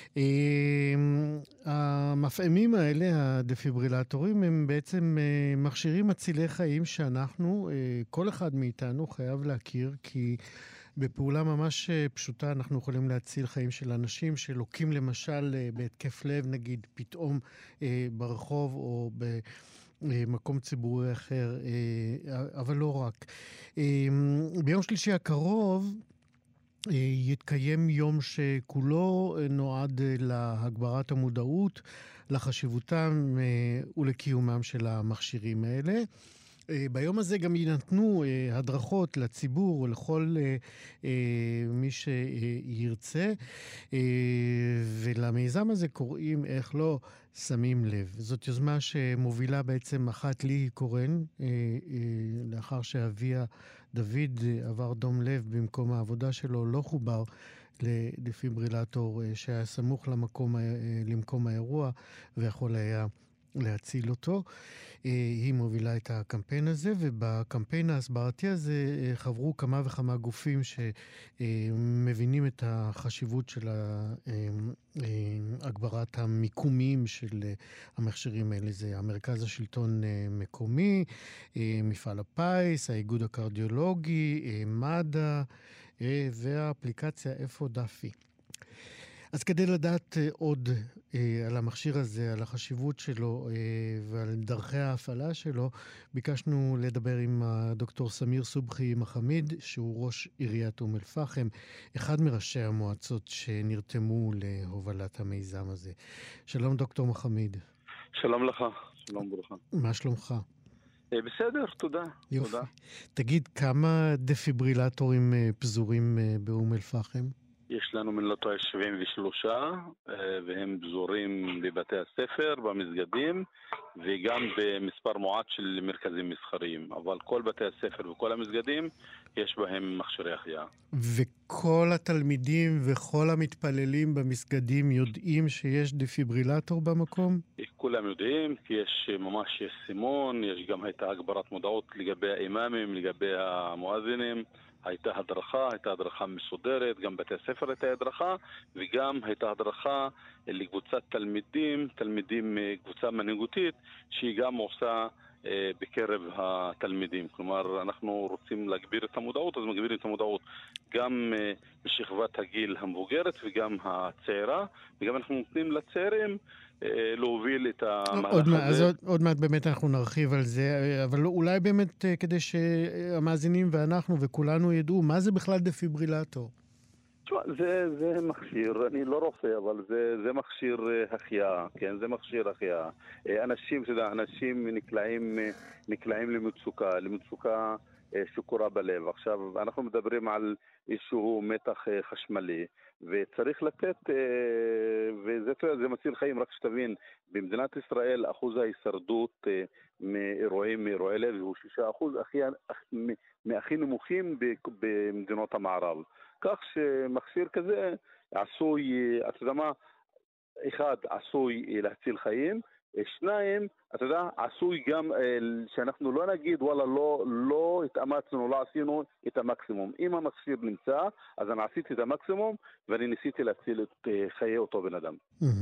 המפעמים האלה, הדפיברילטורים, הם בעצם מכשירים מצילי חיים שאנחנו, כל אחד מאיתנו חייב להכיר, כי בפעולה ממש פשוטה אנחנו יכולים להציל חיים של אנשים שלוקים למשל בהתקף לב, נגיד פתאום ברחוב או במקום ציבורי אחר, אבל לא רק. ביום שלישי הקרוב יתקיים יום שכולו נועד להגברת המודעות, לחשיבותם ולקיומם של המכשירים האלה. ביום הזה גם ינתנו הדרכות לציבור ולכל מי שירצה, ולמיזם הזה קוראים איך לא שמים לב. זאת יוזמה שמובילה בעצם אחת לי קורן, לאחר שאביה דוד עבר דום לב במקום העבודה שלו, לא חובר לדפיברילטור שהיה סמוך למקום, למקום האירוע ויכול היה להציל אותו. היא מובילה את הקמפיין הזה, ובקמפיין ההסברתי הזה חברו כמה וכמה גופים שמבינים את החשיבות של הגברת המיקומיים של המכשירים האלה. זה המרכז השלטון מקומי, מפעל הפיס, האיגוד הקרדיולוגי, מד"א, והאפליקציה איפה דפי. אז כדי לדעת עוד על המכשיר הזה, על החשיבות שלו ועל דרכי ההפעלה שלו, ביקשנו לדבר עם הדוקטור סמיר סובחי מחמיד, שהוא ראש עיריית אום אל-פחם, אחד מראשי המועצות שנרתמו להובלת המיזם הזה. שלום דוקטור מחמיד. שלום לך, שלום ברוכה. מה שלומך? בסדר, תודה. יופי. תודה. תגיד, כמה דפיברילטורים פזורים באום אל-פחם? יש לנו מנלטו שבעים ושלושה, והם פזורים בבתי הספר, במסגדים, וגם במספר מועט של מרכזים מסחריים. אבל כל בתי הספר וכל המסגדים, יש בהם מכשירי החייאה. וכל התלמידים וכל המתפללים במסגדים יודעים שיש דפיברילטור במקום? כולם יודעים, כי יש ממש יש סימון, יש גם הייתה הגברת מודעות לגבי האימאמים, לגבי המואזינים. הייתה הדרכה, הייתה הדרכה מסודרת, גם בתי הספר הייתה הדרכה, וגם הייתה הדרכה לקבוצת תלמידים, תלמידים, קבוצה מנהיגותית, שהיא גם עושה אה, בקרב התלמידים. כלומר, אנחנו רוצים להגביר את המודעות, אז מגבירים את המודעות גם אה, בשכבת הגיל המבוגרת וגם הצעירה, וגם אנחנו נותנים לצעירים להוביל את המהלך עוד הזה. אז עוד, עוד מעט באמת אנחנו נרחיב על זה, אבל אולי באמת כדי שהמאזינים ואנחנו וכולנו ידעו, מה זה בכלל דפיברילטור? תשמע, זה, זה מכשיר, אני לא רופא, אבל זה, זה מכשיר החייאה, כן? זה מכשיר החייאה. אנשים, אתה יודע, אנשים נקלעים, נקלעים למצוקה, למצוקה שקורה בלב. עכשיו, אנחנו מדברים על איזשהו מתח חשמלי, וצריך לתת, וזה זה מציל חיים, רק שתבין, במדינת ישראל אחוז ההישרדות מאירועים, מאירועי לב, הוא שישה אחוז, מהכי נמוכים במדינות המערב. כך שמכשיר כזה עשוי, אתה יודע מה, אחד, עשוי להציל חיים, שניים, אתה יודע, עשוי גם שאנחנו לא נגיד, וואלה, לא, לא התאמצנו, לא עשינו את המקסימום. אם המכשיר נמצא, אז אני עשיתי את המקסימום, ואני ניסיתי להציל את חיי אותו בן אדם.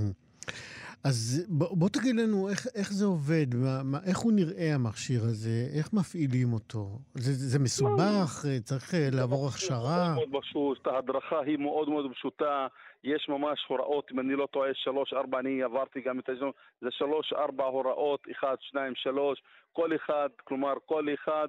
אז בוא, בוא תגיד לנו איך, איך זה עובד, מה, איך הוא נראה המכשיר הזה, איך מפעילים אותו? זה, זה מסובך, צריך לעבור הכשרה? מאוד מאוד פשוט, ההדרכה היא מאוד מאוד פשוטה, יש ממש הוראות, אם אני לא טועה, שלוש, ארבע, אני עברתי גם את זה, זה שלוש, ארבע הוראות, אחד, שניים, שלוש, כל אחד, כלומר כל אחד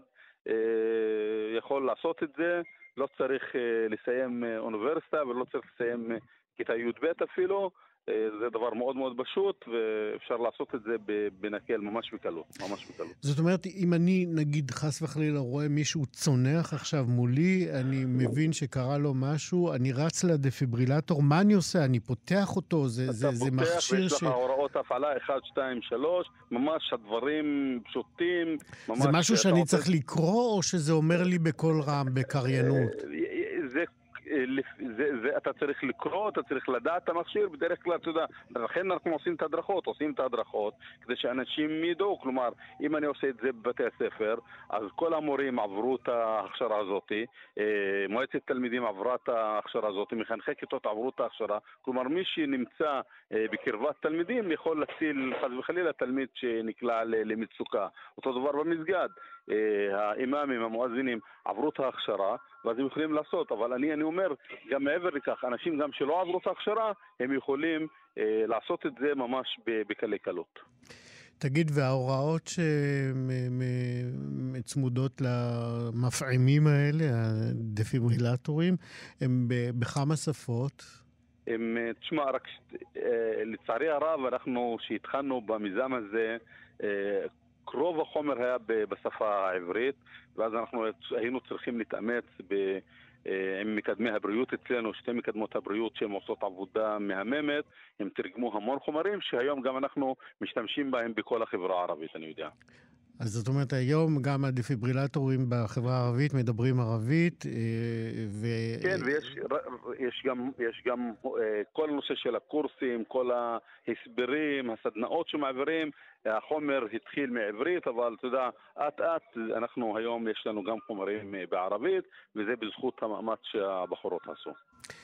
אה, יכול לעשות את זה, לא צריך אה, לסיים אוניברסיטה ולא צריך לסיים כיתה י' ב' אפילו, זה דבר מאוד מאוד פשוט, ואפשר לעשות את זה בנקל ממש בקלות, ממש בקלות. זאת אומרת, אם אני, נגיד, חס וחלילה, רואה מישהו צונח עכשיו מולי, אני מבין שקרה לו משהו, אני רץ לדפיברילטור, מה אני עושה? אני פותח אותו, זה, זה, זה מכשיר ש... אתה פותח, ויש לך הוראות הפעלה, אחד, שתיים, שלוש, ממש הדברים פשוטים. ממש זה משהו שאני רוצה... צריך לקרוא, או שזה אומר לי בכל רם, בקריינות? זה... זה, זה, אתה צריך לקרוא, אתה צריך לדעת את המכשיר, בדרך כלל, אתה יודע, לכן אנחנו עושים את ההדרכות, עושים את ההדרכות, כדי שאנשים ידעו, כלומר, אם אני עושה את זה בבתי הספר, אז כל המורים עברו את ההכשרה הזאת, מועצת תלמידים עברה את ההכשרה הזאת, מחנכי כיתות עברו את ההכשרה, כלומר, מי שנמצא בקרבת תלמידים יכול להציל, חס וחלילה, תלמיד שנקלע למצוקה. אותו דבר במסגד, האימאמים, המואזינים, עברו את ההכשרה, ואז הם יכולים לעשות, אבל אני, אני אומר, גם מעבר לכך, אנשים גם שלא עברו את ההכשרה, הם יכולים אה, לעשות את זה ממש בקלי קלות. תגיד, וההוראות שצמודות למפעימים האלה, הדפיברילטורים, הם בכמה שפות? הם, תשמע, רק לצערי הרב, אנחנו שהתחלנו במיזם הזה, רוב החומר היה בשפה העברית, ואז אנחנו היינו צריכים להתאמץ ב, עם מקדמי הבריאות אצלנו, שתי מקדמות הבריאות שהן עושות עבודה מהממת, הם תרגמו המון חומרים שהיום גם אנחנו משתמשים בהם בכל החברה הערבית, אני יודע. אז זאת אומרת, היום גם הדפיברילטורים בחברה הערבית מדברים ערבית, ו... כן, ויש יש גם, יש גם כל הנושא של הקורסים, כל ההסברים, הסדנאות שמעבירים, החומר התחיל מעברית, אבל אתה יודע, עט עט, אנחנו היום יש לנו גם חומרים בערבית, וזה בזכות המאמץ שהבחורות עשו.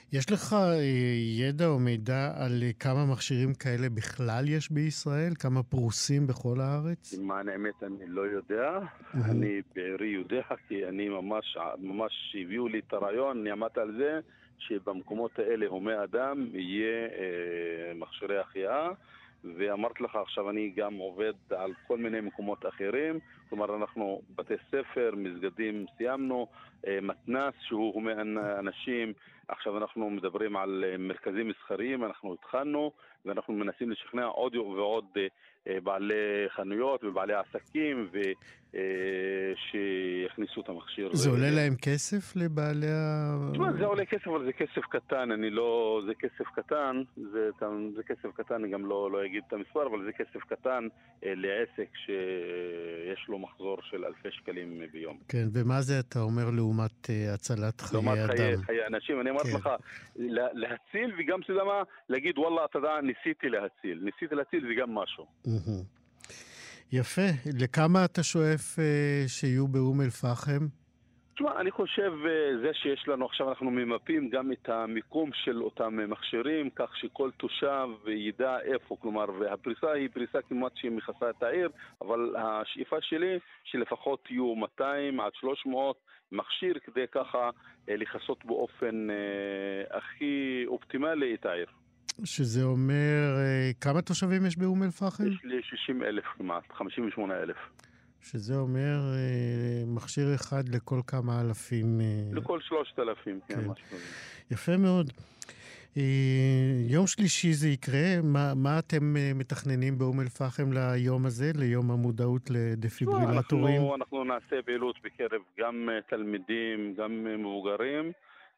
יש לך ידע או מידע על כמה מכשירים כאלה בכלל יש בישראל? כמה פרוסים בכל הארץ? למען האמת אני לא יודע. אני בעירי יודע, כי אני ממש, ממש הביאו לי את הרעיון, אני עמדתי על זה, שבמקומות האלה הומי אדם יהיה אה, מכשירי החייאה, ואמרת לך עכשיו אני גם עובד על כל מיני מקומות אחרים, כלומר אנחנו בתי ספר, מסגדים סיימנו, אה, מתנס שהוא הומי אנשים, עכשיו אנחנו מדברים על מרכזים מסחריים, אנחנו התחלנו ואנחנו מנסים לשכנע עוד ועוד אה, בעלי חנויות ובעלי עסקים ו... שיכניסו את המכשיר. זה עולה להם כסף לבעלי ה... תשמע, זה עולה כסף, אבל זה כסף קטן, אני לא... זה כסף קטן, זה, זה כסף קטן, אני גם לא, לא אגיד את המספר, אבל זה כסף קטן לעסק שיש לו מחזור של אלפי שקלים ביום. כן, ומה זה אתה אומר לעומת הצלת חיי לעומת אדם? חיי, חיי אנשים, אני אמרתי כן. לך, להציל וגם סדמה, להגיד, וואלה, אתה יודע, ניסיתי להציל. ניסיתי להציל זה גם משהו. יפה. לכמה אתה שואף אה, שיהיו באום אל-פחם? תשמע, אני חושב זה שיש לנו עכשיו, אנחנו ממפים גם את המיקום של אותם מכשירים, כך שכל תושב ידע איפה, כלומר, והפריסה היא פריסה כמעט שהיא מכסה את העיר, אבל השאיפה שלי שלפחות יהיו מאתיים עד שלוש מאות מכשיר, כדי ככה לכסות באופן אה, הכי אופטימלי את העיר. שזה אומר, כמה תושבים יש באום אל-פחם? יש לי שישים אלף כמעט, חמישים ושמונה אלף. שזה אומר מכשיר אחד לכל כמה אלפים. לכל שלושת אלפים, כן, משהו כזה. יפה מאוד. יום שלישי זה יקרה, מה, מה אתם מתכננים באום אל-פחם ליום הזה, ליום המודעות לדפיברילטורים? אנחנו, אנחנו נעשה פעילות בקרב גם תלמידים, גם מבוגרים.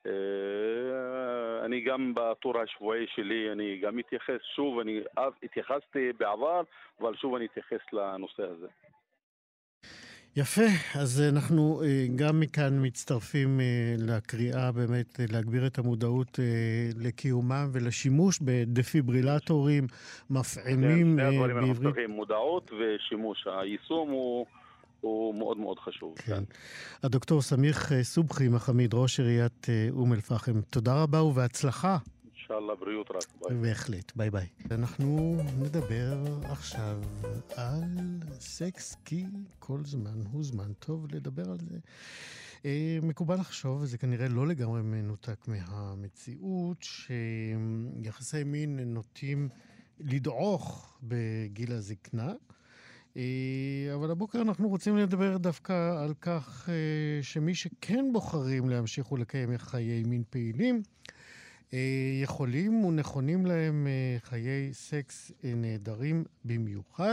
אני גם בטור השבועי שלי, אני גם מתייחס שוב, אני התייחסתי בעבר, אבל שוב אני אתייחס לנושא הזה. יפה, אז אנחנו גם מכאן מצטרפים לקריאה באמת להגביר את המודעות לקיומם ולשימוש בדפיברילטורים מפעימים בעברית. מודעות ושימוש, היישום הוא... הוא מאוד מאוד חשוב. כן. הדוקטור סמיח סובחי מחמיד, ראש עיריית אום אל-פחם, תודה רבה ובהצלחה. אינשאללה, בריאות רק. ביי. בהחלט, ביי ביי. אנחנו נדבר עכשיו על סקס, כי כל זמן הוא זמן טוב לדבר על זה. מקובל לחשוב, וזה כנראה לא לגמרי מנותק מהמציאות, שיחסי מין נוטים לדעוך בגיל הזקנה, אבל הבוקר אנחנו רוצים לדבר דווקא על כך שמי שכן בוחרים להמשיך ולקיים חיי מין פעילים, יכולים ונכונים להם חיי סקס נהדרים במיוחד.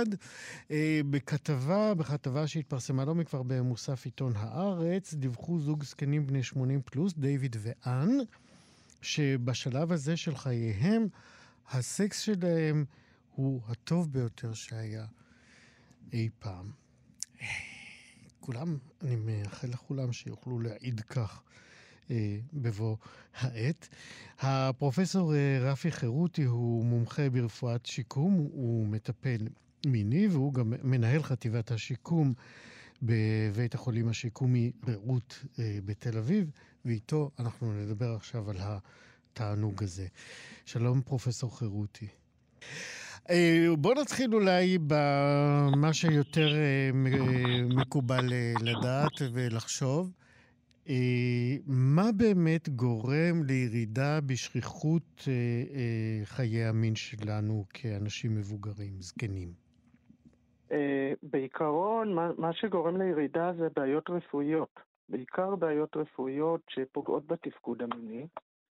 בכתבה, בכתבה שהתפרסמה לא מכבר במוסף עיתון הארץ, דיווחו זוג זקנים בני שמונים פלוס, דיוויד ואן, שבשלב הזה של חייהם, הסקס שלהם הוא הטוב ביותר שהיה אי פעם. כולם, אני מאחל לכולם שיוכלו להעיד כך אה, בבוא העת. הפרופסור אה, רפי חירותי הוא מומחה ברפואת שיקום, הוא מטפל מיני, והוא גם מנהל חטיבת השיקום בבית החולים השיקומי רעות אה, בתל אביב, ואיתו אנחנו נדבר עכשיו על התענוג הזה. שלום פרופסור חירותי. בוא נתחיל אולי במה שיותר מקובל לדעת ולחשוב. מה באמת גורם לירידה בשכיחות חיי המין שלנו כאנשים מבוגרים, זקנים? בעיקרון, מה שגורם לירידה זה בעיות רפואיות. בעיקר בעיות רפואיות שפוגעות בתפקוד המיני.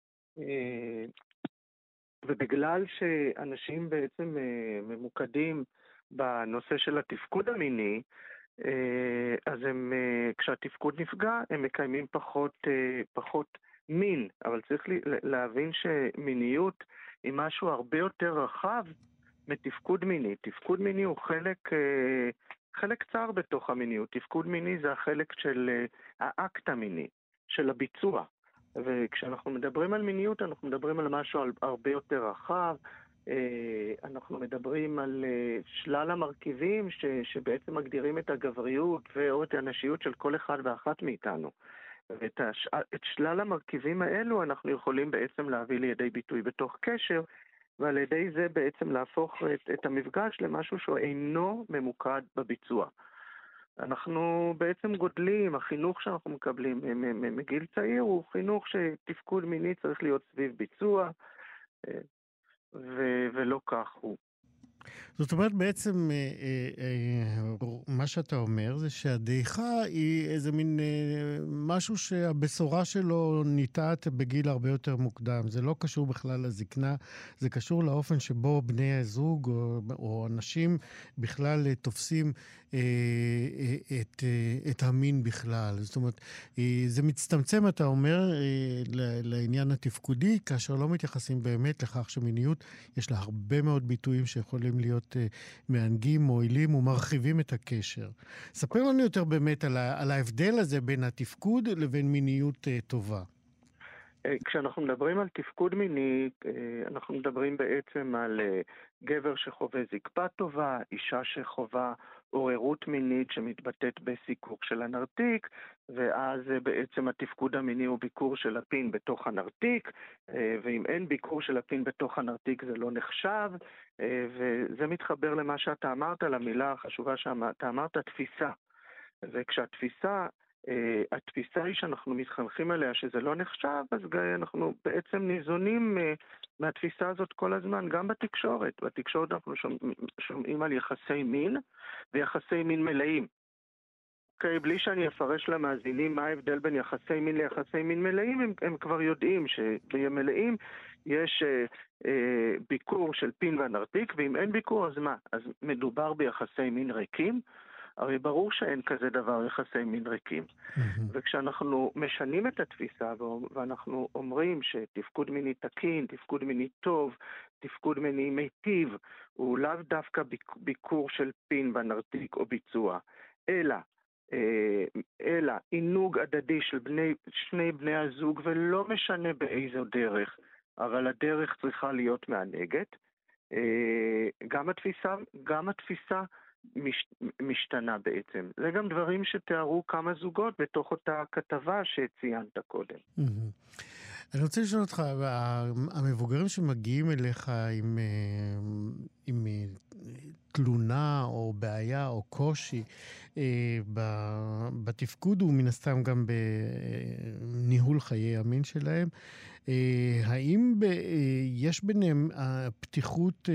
ובגלל שאנשים בעצם ממוקדים בנושא של התפקוד המיני, אז הם, כשהתפקוד נפגע, הם מקיימים פחות, פחות מין. אבל צריך להבין שמיניות היא משהו הרבה יותר רחב מתפקוד מיני. תפקוד מיני הוא חלק, חלק צר בתוך המיניות. תפקוד מיני זה החלק של האקט המיני, של הביצוע. וכשאנחנו מדברים על מיניות, אנחנו מדברים על משהו הרבה יותר רחב, אנחנו מדברים על שלל המרכיבים ש, שבעצם מגדירים את הגבריות או את הנשיות של כל אחד ואחת מאיתנו. ואת הש... את שלל המרכיבים האלו אנחנו יכולים בעצם להביא לידי ביטוי בתוך קשר, ועל ידי זה בעצם להפוך את, את המפגש למשהו שהוא אינו ממוקד בביצוע. אנחנו בעצם גודלים, החינוך שאנחנו מקבלים מגיל צעיר הוא חינוך שתפקוד מיני צריך להיות סביב ביצוע, ו- ולא כך הוא. זאת אומרת, בעצם מה שאתה אומר זה שהדעיכה היא איזה מין משהו שהבשורה שלו ניתעת בגיל הרבה יותר מוקדם. זה לא קשור בכלל לזקנה, זה קשור לאופן שבו בני הזוג או, או אנשים בכלל תופסים את, את המין בכלל. זאת אומרת, זה מצטמצם, אתה אומר, לעניין התפקודי, כאשר לא מתייחסים באמת לכך שמיניות יש לה הרבה מאוד ביטויים שיכולים להיות מענגים, מועילים ומרחיבים את הקשר. ספר לנו יותר באמת על, ה, על ההבדל הזה בין התפקוד לבין מיניות טובה. כשאנחנו מדברים על תפקוד מיני, אנחנו מדברים בעצם על גבר שחווה זקפה טובה, אישה שחווה עוררות מינית שמתבטאת בסיקוק של הנרתיק, ואז בעצם התפקוד המיני הוא ביקור של הפין בתוך הנרתיק, ואם אין ביקור של הפין בתוך הנרתיק זה לא נחשב, וזה מתחבר למה שאתה אמרת, למילה החשובה שאתה אמרת, תפיסה. וכשהתפיסה, התפיסה היא שאנחנו מתחנכים עליה שזה לא נחשב, אז אנחנו בעצם ניזונים מהתפיסה הזאת כל הזמן, גם בתקשורת. בתקשורת אנחנו שומעים על יחסי מין ויחסי מין מלאים. אוקיי, בלי שאני אפרש למאזינים מה ההבדל בין יחסי מין ליחסי מין מלאים, הם, הם כבר יודעים שבמלאים יש אה, אה, ביקור של פין והנרתיק, ואם אין ביקור אז מה? אז מדובר ביחסי מין ריקים, הרי ברור שאין כזה דבר יחסי מין ריקים. Mm-hmm. וכשאנחנו משנים את התפיסה ואנחנו אומרים שתפקוד מיני תקין, תפקוד מיני טוב, תפקוד מיני מיטיב, הוא לאו דווקא ביקור של פין והנרתיק או ביצוע, אלא אלא עינוג הדדי של בני, שני בני הזוג, ולא משנה באיזו דרך, אבל הדרך צריכה להיות מענגת. גם התפיסה, גם התפיסה מש, משתנה בעצם. זה גם דברים שתיארו כמה זוגות בתוך אותה כתבה שציינת קודם. אני רוצה לשאול אותך, המבוגרים שמגיעים אליך עם, עם תלונה או בעיה או קושי בתפקוד ומן הסתם גם בניהול חיי המין שלהם, האם יש ביניהם הפתיחות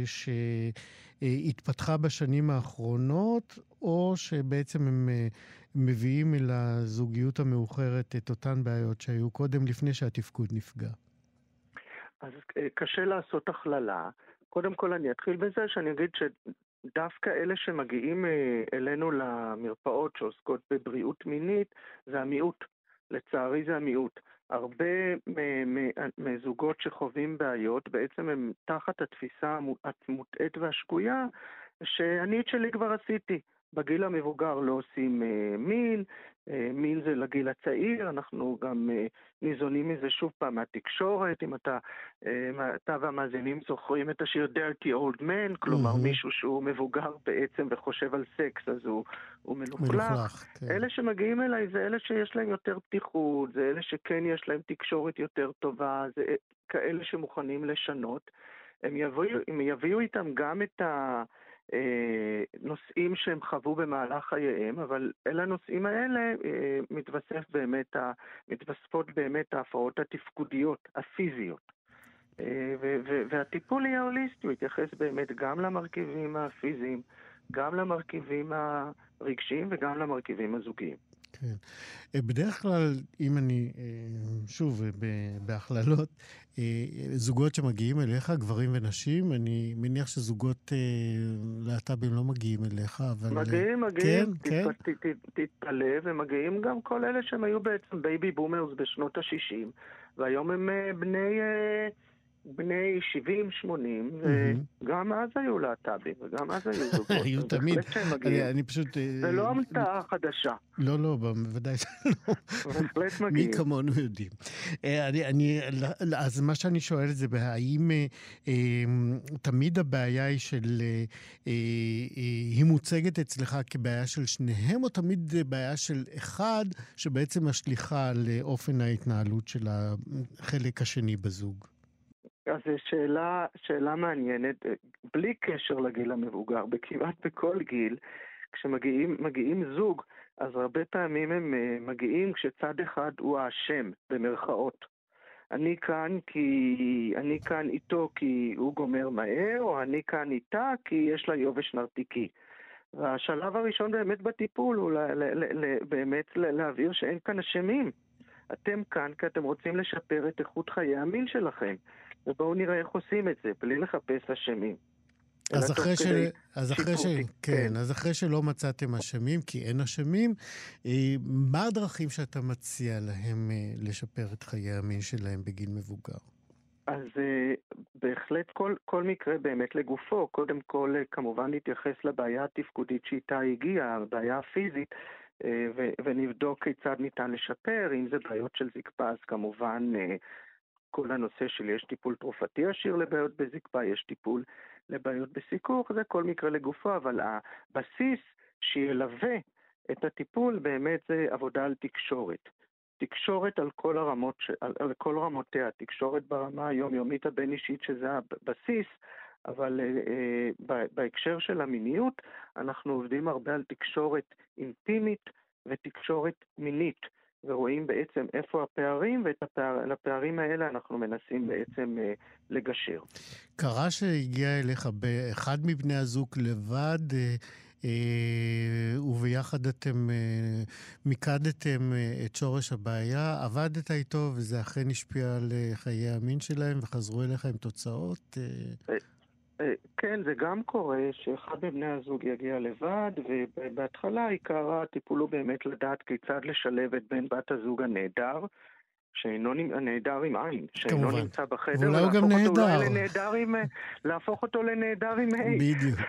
שהתפתחה בשנים האחרונות, או שבעצם הם מביאים אל הזוגיות המאוחרת את אותן בעיות שהיו קודם לפני שהתפקוד נפגע? אז קשה לעשות הכללה. קודם כל אני אתחיל בזה שאני אגיד שדווקא אלה שמגיעים אלינו למרפאות שעוסקות בבריאות מינית זה המיעוט. לצערי זה המיעוט. הרבה מזוגות שחווים בעיות בעצם הם תחת התפיסה המוטעית והשגויה שאני את שלי כבר עשיתי. בגיל המבוגר לא עושים אה, מין, אה, מין זה לגיל הצעיר, אנחנו גם אה, ניזונים מזה שוב פעם מהתקשורת, אם אתה, אה, אתה והמאזינים זוכרים את השיר Dirty Old Man, כלומר mm-hmm. מישהו שהוא מבוגר בעצם וחושב על סקס, אז הוא, הוא מלוכלך. מלוכלך כן. אלה שמגיעים אליי זה אלה שיש להם יותר פתיחות, זה אלה שכן יש להם תקשורת יותר טובה, זה כאלה שמוכנים לשנות. הם יביאו, הם יביאו איתם גם את ה... נושאים שהם חוו במהלך חייהם, אבל אל הנושאים האלה מתווסף באמת, מתווספות באמת ההפרעות התפקודיות, הפיזיות. והטיפול יהיה הוליסטי, הוא יתייחס באמת גם למרכיבים הפיזיים, גם למרכיבים הרגשיים וגם למרכיבים הזוגיים. כן. בדרך כלל, אם אני, שוב, בהכללות, זוגות שמגיעים אליך, גברים ונשים, אני מניח שזוגות להט"בים לא מגיעים אליך, אבל... מגיעים, מגיעים, כן, כן. תתפלא, ומגיעים גם כל אלה שהם היו בעצם בייבי בומרס בשנות ה-שישים, והיום הם בני... בני שבעים שמונים, וגם אז היו להט"בים, וגם אז היו זוגות. היו תמיד. אני פשוט... זה לא המצאה חדשה. לא, לא, בוודאי שלא. בהחלט מגיעים. מי כמונו יודעים. אז מה שאני שואל זה, האם תמיד הבעיה היא של... היא מוצגת אצלך כבעיה של שניהם, או תמיד בעיה של אחד, שבעצם משליחה לאופן ההתנהלות של החלק השני בזוג? אז זו שאלה, שאלה מעניינת, בלי קשר לגיל המבוגר, בכמעט בכל גיל, כשמגיעים מגיעים זוג, אז הרבה פעמים הם מגיעים כשצד אחד הוא האשם, במרכאות. אני כאן כי אני כאן איתו כי הוא גומר מהר, או אני כאן איתה כי יש לה יובש נרתיקי. והשלב הראשון באמת בטיפול הוא ל- ל- ל- באמת להעביר שאין כאן אשמים. אתם כאן כי אתם רוצים לשפר את איכות חיי המין שלכם. ובואו נראה איך עושים את זה, בלי לחפש אשמים. אז אחרי ש... אז אחרי ש... כן, אז אחרי שלא מצאתם אשמים, כי אין אשמים, מה הדרכים שאתה מציע להם לשפר את חיי המין שלהם בגיל מבוגר? אז בהחלט כל, כל מקרה באמת לגופו. קודם כל, כמובן להתייחס לבעיה התפקודית שאיתה הגיעה, הבעיה הפיזית, ו- ונבדוק כיצד ניתן לשפר. אם זה בעיות של זקפה, אז כמובן כל הנושא של יש טיפול תרופתי עשיר לבעיות בזקפה, יש טיפול לבעיות בסיכוך, זה כל מקרה לגופו, אבל הבסיס שילווה את הטיפול באמת זה עבודה על תקשורת. תקשורת על כל הרמות, על, על כל רמותיה, תקשורת ברמה היומיומית הבין אישית שזה הבסיס, אבל אה, בהקשר של המיניות אנחנו עובדים הרבה על תקשורת אינטימית ותקשורת מינית. ורואים בעצם איפה הפערים, ואת הפער, הפערים האלה אנחנו מנסים בעצם אה, לגשר. קרה שהגיע אליך באחד מבני הזוג לבד, אה, אה, וביחד אתם אה, מיקדתם אה, את שורש הבעיה, עבדת איתו וזה אכן השפיע על אה, חיי המין שלהם וחזרו אליך עם תוצאות? אה... אה, אה, כן, זה גם קורה שאחד מבני הזוג יגיע לבד, ובהתחלה עיקר הטיפול הוא באמת לדעת כיצד לשלב את בן בת הזוג הנהדר, שאינו נהדר עם עין, שאינו כמובן. נמצא בחדר, ואולי הוא גם נהדר. לנהדר עם, להפוך אותו לנהדר עם ה'. בדיוק.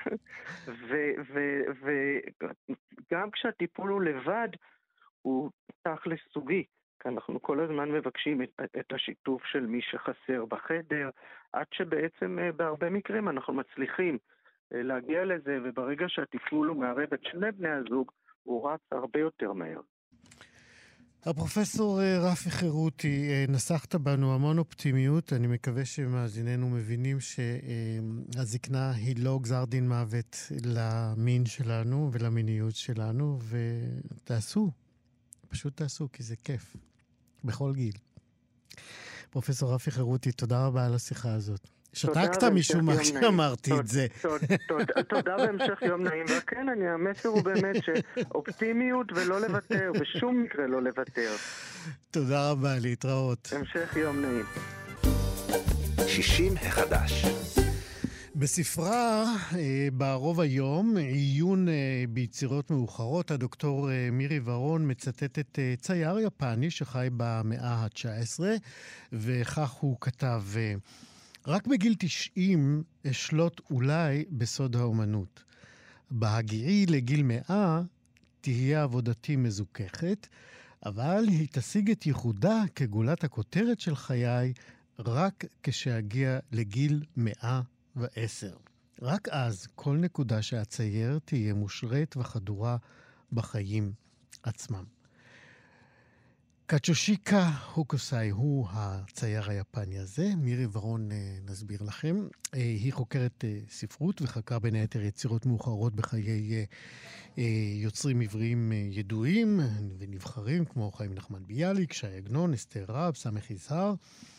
וגם כשהטיפול הוא לבד, הוא תכלס סוגי. כי אנחנו כל הזמן מבקשים את, את השיתוף של מי שחסר בחדר, עד שבעצם בהרבה מקרים אנחנו מצליחים להגיע לזה, וברגע שהטיפול הוא מערב את שני בני הזוג, הוא רץ הרבה יותר מהר. הפרופסור רפי חירותי, נסחת בנו המון אופטימיות. אני מקווה שמאזיננו מבינים שהזקנה היא לא גזר דין מוות למין שלנו ולמיניות שלנו, ותעשו, פשוט תעשו, כי זה כיף, בכל גיל. פרופסור רפי חירותי, תודה רבה על השיחה הזאת. שתקת משום מה שאמרתי את זה. תודה בהמשך יום נעים. וכן, המסר הוא באמת שאופטימיות ולא לוותר, בשום מקרה לא לוותר. תודה רבה, להתראות. המשך יום נעים. שישים החדש. בספרה בערוב היום, עיון ביצירות מאוחרות, הדוקטור מירי ורון מצטטת צייר יפני שחי במאה ה-תשע עשרה, וכך הוא כתב: רק בגיל תשעים אשלוט אולי בסוד האומנות. בהגיעי לגיל מאה תהיה עבודתי מזוככת, אבל היא תשיג את ייחודה כגולת הכותרת של חיי רק כשאגיע לגיל מאה ועשר. רק אז כל נקודה שאצייר תהיה מושרת וחדורה בחיים עצמם. קצ'ושיקה הוקוסאי הוא הצייר היפני הזה. מירי ורון נסביר לכם. היא חוקרת ספרות וחקרה בין היתר יצירות מאוחרות בחיי יוצרים עבריים ידועים ונבחרים כמו חיים נחמן ביאליק, שי עגנון, אסתר רב, סמך יזהר.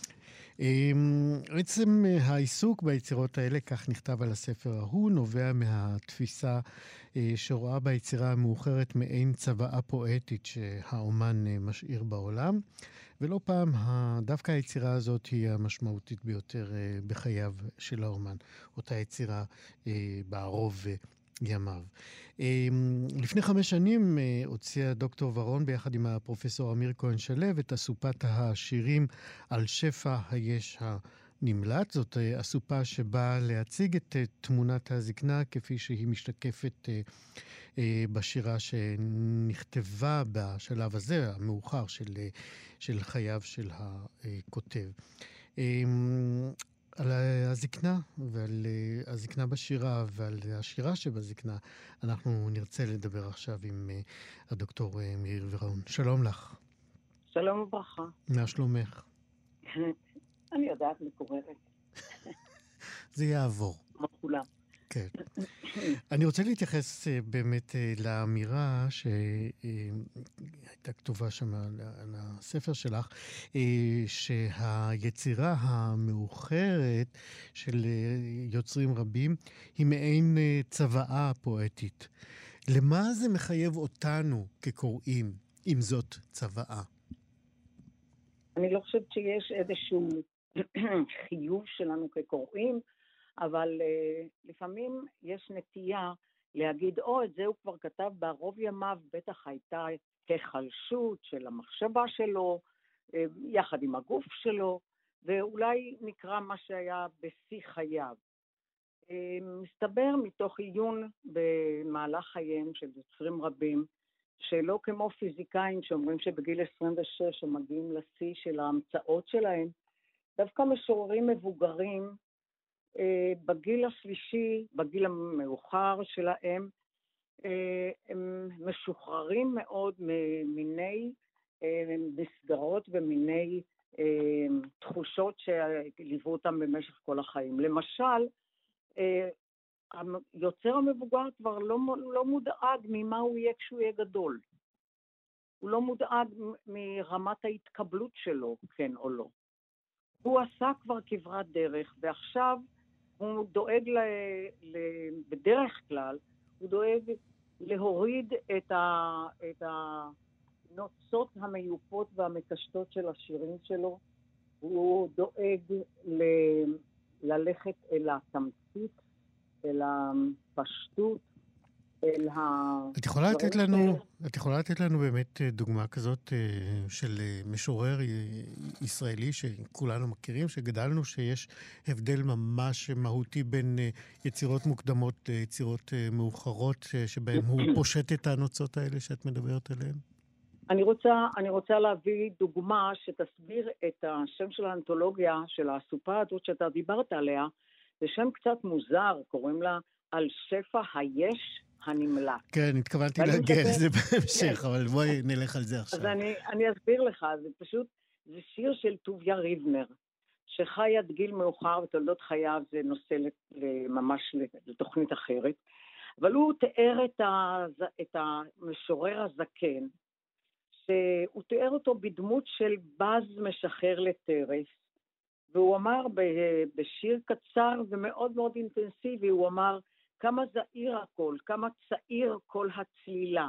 עצם העיסוק ביצירות האלה, כך נכתב על הספר ההוא, נובע מהתפיסה שרואה ביצירה המאוחרת מעין צוואה פואטית שהאומן משאיר בעולם, ולא פעם דווקא היצירה הזאת היא המשמעותית ביותר בחייו של האומן, אותה יצירה בערוב ימיו. לפני חמש שנים הוציאה דוקטור ורון ביחד עם הפרופסור אמיר כהן שלו את אסופת השירים על שפע היש נמלט. זאת אסופה שבאה להציג את תמונת הזקנה כפי שהיא משתקפת בשירה שנכתבה בשלב הזה, המאוחר של, של חייו של הכותב. על הזקנה ועל הזקנה בשירה ועל השירה שבזקנה אנחנו נרצה לדבר עכשיו עם הדוקטור מאיר ורון. שלום לך. שלום וברכה. מה שלומך? אני יודעת מקוררת. זה יעבור. כמו כולם. כן. אני רוצה להתייחס באמת לאמירה שהייתה כתובה שם על הספר שלך, שהיצירה המאוחרת של יוצרים רבים היא מעין צוואה פואטית. למה זה מחייב אותנו כקוראים, אם זאת צוואה? אני לא חושבת שיש איזשהו חיוב שלנו כקוראים, אבל uh, לפעמים יש נטייה להגיד, או, את זה הוא כבר כתב בערוב ימיו, בטח הייתה כחלשות של המחשבה שלו, uh, יחד עם הגוף שלו, ואולי נקרא מה שהיה בשיא חייו. Uh, מסתבר מתוך עיון במהלך חייהם של יוצרים רבים, שלא כמו פיזיקאים שאומרים שבגיל עשרים ושש הם מגיעים לשיא של ההמצאות שלהם, דווקא משוררים מבוגרים, בגיל השלישי, בגיל המאוחר שלהם, הם משוחררים מאוד ממיני מסגרות ומיני תחושות שליוו אותם במשך כל החיים. למשל, היוצר המבוגר כבר לא, לא מודאג ממה הוא יהיה כשהוא יהיה גדול. הוא לא מודאג מרמת ההתקבלות שלו, כן או לא. הוא עשה כבר כברת דרך, ועכשיו הוא דואג, ל, ל, בדרך כלל, הוא דואג להוריד את, ה, את הנוצות המיופות והמקשטות של השירים שלו, הוא דואג ל, ללכת אל התמצית, אל הפשטות, אל ה... את יכולה לתת לנו, את יכולה לתת לנו באמת דוגמה כזאת של משורר ישראלי שכולנו מכירים, שגדלנו, שיש הבדל ממש מהותי בין יצירות מוקדמות ליצירות מאוחרות, שבהם הוא פושט את הנוצות האלה שאת מדברת עליהן? אני רוצה, אני רוצה להביא דוגמה שתסביר את השם של האנתולוגיה, של האסופה הזאת שאתה דיברת עליה. זה שם קצת מוזר, קוראים לה על שפע היש הנמלט. כן, התכוונתי להגיע לזה בהמשך, אבל בואי נלך על זה עכשיו. אז אני, אני אסביר לך, זה פשוט, זה שיר של טוביה ריבנר, שחי עד גיל מאוחר ותולדות חייו, זה נושא ממש לתוכנית אחרת, אבל הוא תיאר את, ה, את המשורר הזקן, שהוא תיאר אותו בדמות של בז משחרר לטרף, והוא אמר בשיר קצר ומאוד מאוד אינטנסיבי, הוא אמר, כמה זעיר הכל, כמה צעיר כל הצלילה,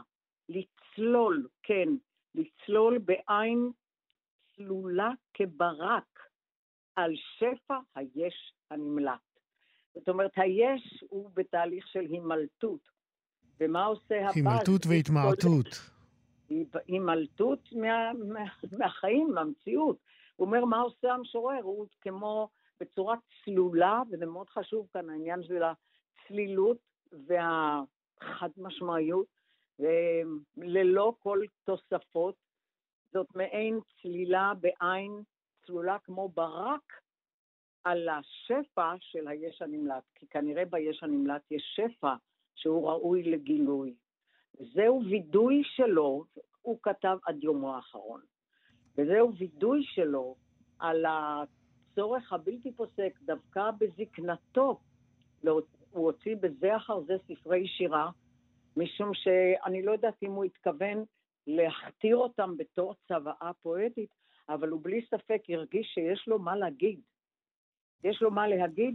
לצלול, כן, לצלול בעין צלולה כברק, על שפע היש הנמלט. זאת אומרת, היש הוא בתהליך של הימלטות. ומה עושה הבאז? הימלטות והתמעטות. הימלטות מה, מה, מהחיים, מהמציאות. הוא אומר, מה עושה המשורר? הוא כמו בצורה צלולה, וזה מאוד חשוב כאן, העניין של הצלילות והחד משמעיות, וללא כל תוספות, זאת מעין צלילה בעין צלולה כמו ברק, על השפע של היש הנמלט, כי כנראה ביש הנמלט יש שפע שהוא ראוי לגילוי. זהו וידוי שלו, הוא כתב עד יומו האחרון. וזהו וידוי שלו על הצורך הבלתי פוסק, דווקא בזקנתו. הוא הוציא בזה אחר זה ספרי שירה, משום שאני לא יודעת אם הוא התכוון להכתיר אותם בתור צוואה פואטית, אבל הוא בלי ספק הרגיש שיש לו מה להגיד. יש לו מה להגיד,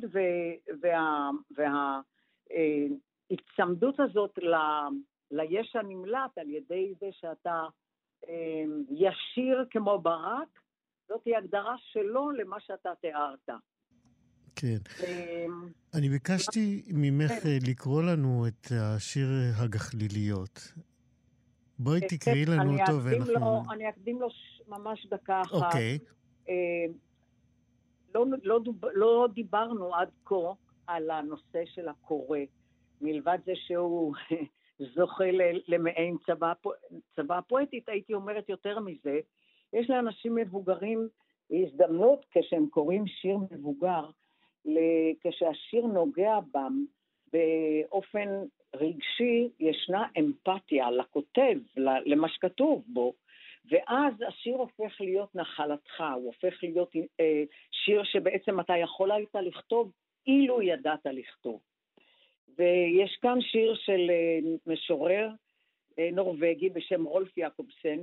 וההצמדות הזאת ל, ליש הנמלט על ידי זה שאתה ישיר כמו ברק, זאת היא הגדרה שלו למה שאתה תיארת. כן. אני ביקשתי ממך לקרוא לנו את השיר הגחליליות. בואי תקראי לנו אותו ואנחנו... אני אקדים לו ממש דקה אחת. אוקיי. לא, לא, לא דיברנו עד כה על הנושא של הקורא, מלבד זה שהוא זוכה למעין צבא, צבא פואטית, הייתי אומרת יותר מזה, יש לאנשים מבוגרים הזדמנות כשהם קוראים שיר מבוגר, כשהשיר נוגע בם באופן רגשי, ישנה אמפתיה לכותב, למה שכתוב בו, ואז השיר הופך להיות נחלתך, הוא הופך להיות אה, שיר שבעצם אתה יכול היית לכתוב אילו ידעת לכתוב. ויש כאן שיר של אה, משורר אה, נורווגי בשם רולף יעקובסן,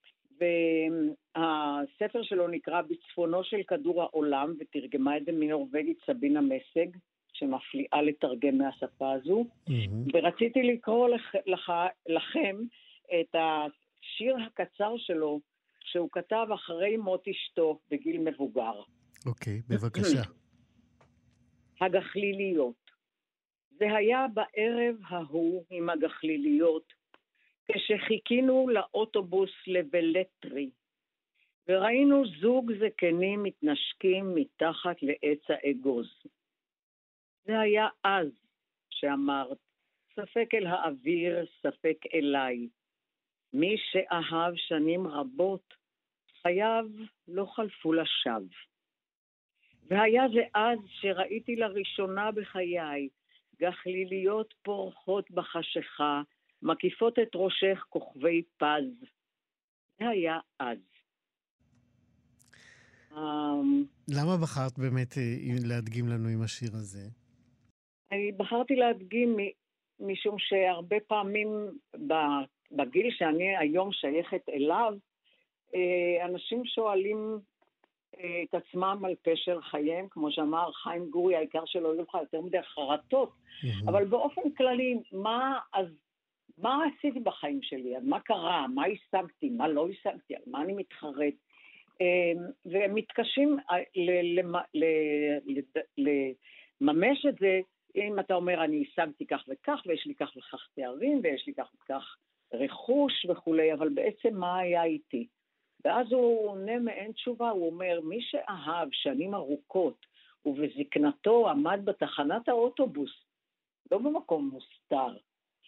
והספר שלו נקרא בצפונו של כדור העולם, ותרגמה את זה מנורווגית סבינה מסג, שמפליאה לתרגם מהשפה הזו, mm-hmm. ורציתי לקרוא לכ, לכ, לכם את השיר הקצר שלו, שהוא כתב אחרי מות אשתו בגיל מבוגר. אוקיי, okay, בבקשה. הגחליליות. זה היה בערב ההוא עם הגחליליות, כשחיכינו לאוטובוס לבלטרי, וראינו זוג זקנים מתנשקים מתחת לעץ האגוז. זה היה אז שאמרת, ספק אל האוויר, ספק אליי. מי שאהב שנים רבות, חייו לא חלפו לשווא. והיה זה אז שראיתי לראשונה בחיי, גחליליות פורחות בחשיכה, מקיפות את ראשך כוכבי פז. זה היה אז. למה בחרת באמת להדגים לנו עם השיר הזה? אני בחרתי להדגים משום שהרבה פעמים בגיל שאני היום שייכת אליו, אנשים שואלים את עצמם על פשר חייהם, כמו שאמר חיים גורי, העיקר שלא יהיו לך יותר מדי חרטות, אבל באופן כללי, מה, אז, מה עשיתי בחיים שלי? אז מה קרה? מה השגתי? מה לא השגתי? על מה אני מתחרט? והם מתקשים לממש את זה, אם אתה אומר, אני השגתי כך וכך, ויש לי כך וכך תארים, ויש לי כך וכך רכוש וכולי, אבל בעצם מה היה איתי? ואז הוא עונה מעין תשובה, הוא אומר, מי שאהב שנים ארוכות, ובזקנתו עמד בתחנת האוטובוס, לא במקום מוסתר,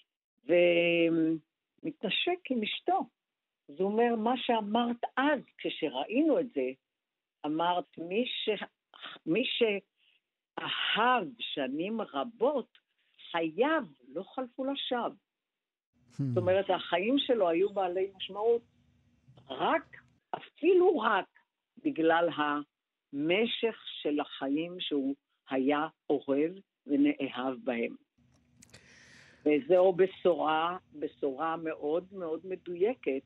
ומתנשק עם אשתו. זה אומר, מה שאמרת אז, כשראינו את זה, אמרת, מי, ש... מי שאהב שנים רבות, חייו לא חלפו לשווא. זאת אומרת, החיים שלו היו בעלי משמעות, רק, אפילו רק, בגלל המשך של החיים שהוא היה אוהב ונאהב בהם. וזהו בשורה, בשורה מאוד מאוד מדויקת,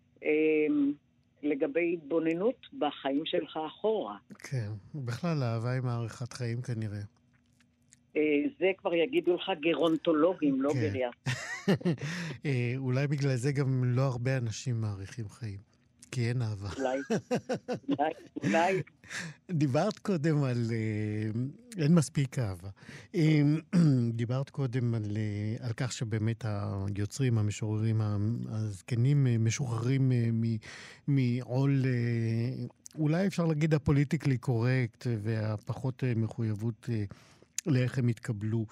לגבי התבוננות בחיים שלך אחורה. כן, בכלל אהבה עם הערכת חיים כנראה. זה כבר יגידו לך גרונטולוגים, לא גריאט. אולי בגלל זה גם לא הרבה אנשים מעריכים חיים, כי אין אהבה. אולי, אולי, אולי. דיברת קודם על, אין מספיק אהבה. דיברת קודם על, על כך שבאמת היוצרים, המשוררים, הזקנים משוחררים מעול, אולי אפשר להגיד הפוליטיקלי קורקט, והפחות מחויבות לאיך הם התקבלו.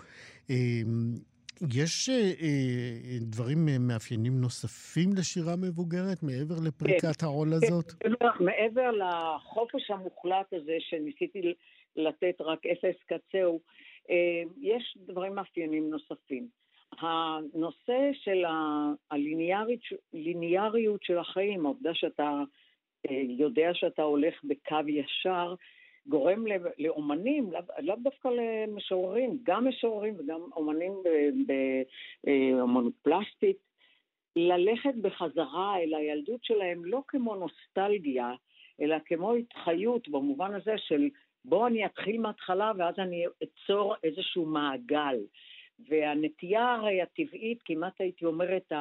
יש דברים מאפיינים נוספים לשירה מבוגרת, מעבר לפריקת העול הזאת? מעבר לחופש המוחלט הזה, שניסיתי לתת רק אפס קצהו, יש דברים מאפיינים נוספים. הנושא של הליניאריות של החיים, העובדה שאתה יודע שאתה הולך בקו ישר, גורם לאומנים, לאו דווקא למשוררים, גם משוררים וגם אומנים באומנות פלסטית, ללכת בחזרה אל הילדות שלהם לא כמו נוסטלגיה, אלא כמו התחיות, במובן הזה של בוא אני אתחיל מההתחלה ואז אני אצור איזשהו מעגל. והנטייה הרי הטבעית, כמעט הייתי אומרת,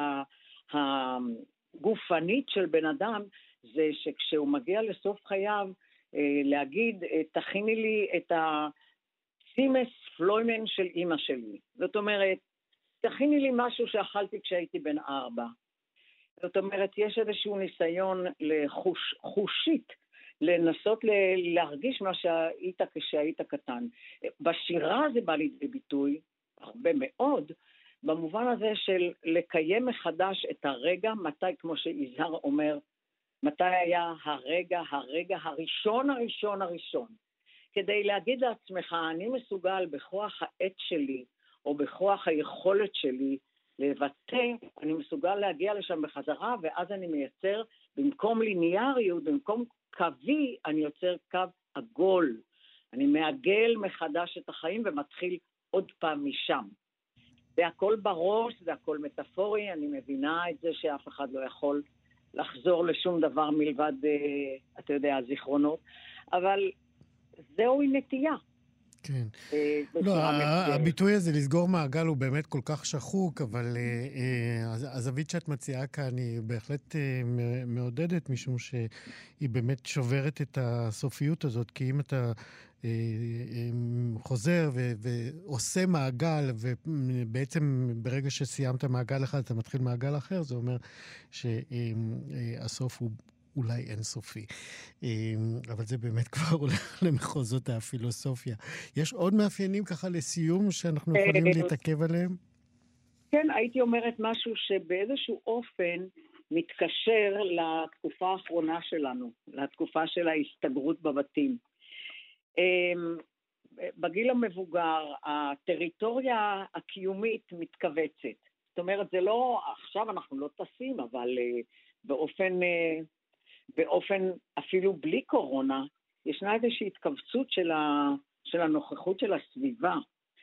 הגופנית של בן אדם, זה שכשהוא מגיע לסוף חייו, להגיד, תכיני לי את הסימס פלוימן של אמא שלי. זאת אומרת, תכיני לי משהו שאכלתי כשהייתי בן ארבע. זאת אומרת, יש איזשהו ניסיון לחוש, חושית לנסות להרגיש מה שהיית כשהיית קטן. בשירה זה בא לידי ביטוי, הרבה מאוד, במובן הזה של לקיים מחדש את הרגע, מתי, כמו שיזהר אומר, מתי היה הרגע, הרגע הראשון, הראשון, הראשון. כדי להגיד לעצמך, אני מסוגל בכוח העת שלי, או בכוח היכולת שלי, לבטא, אני מסוגל להגיע לשם בחזרה, ואז אני מייצר, במקום ליניאריות, במקום קווי, אני יוצר קו עגול. אני מעגל מחדש את החיים, ומתחיל עוד פעם משם. זה הכל בראש, זה הכל מטאפורי, אני מבינה את זה שאף אחד לא יכול לחזור לשום דבר מלבד, אתה יודע, זיכרונות, אבל זוהי נטייה. כן. לא, הביטוי הזה לסגור מעגל הוא באמת כל כך שחוק, אבל הזווית שאת מציעה כאן היא בהחלט מעודדת, משום שהיא באמת שוברת את הסופיות הזאת, כי אם אתה חוזר ועושה מעגל, ובעצם ברגע שסיימת מעגל אחד אתה מתחיל מעגל אחר, זה אומר שהסוף הוא אולי אינסופי. אבל זה באמת כבר הולך למחוזות הפילוסופיה. יש עוד מאפיינים ככה לסיום שאנחנו יכולים להתעכב עליהם? כן, הייתי אומרת משהו שבאיזשהו אופן מתקשר לתקופה האחרונה שלנו, לתקופה של ההסתגרות בבתים. בגיל המבוגר, הטריטוריה הקיומית מתכווצת. זאת אומרת, זה לא, עכשיו אנחנו לא טסים, אבל באופן, באופן אפילו בלי קורונה, ישנה איזושהי התכווצות של, ה, של הנוכחות של הסביבה.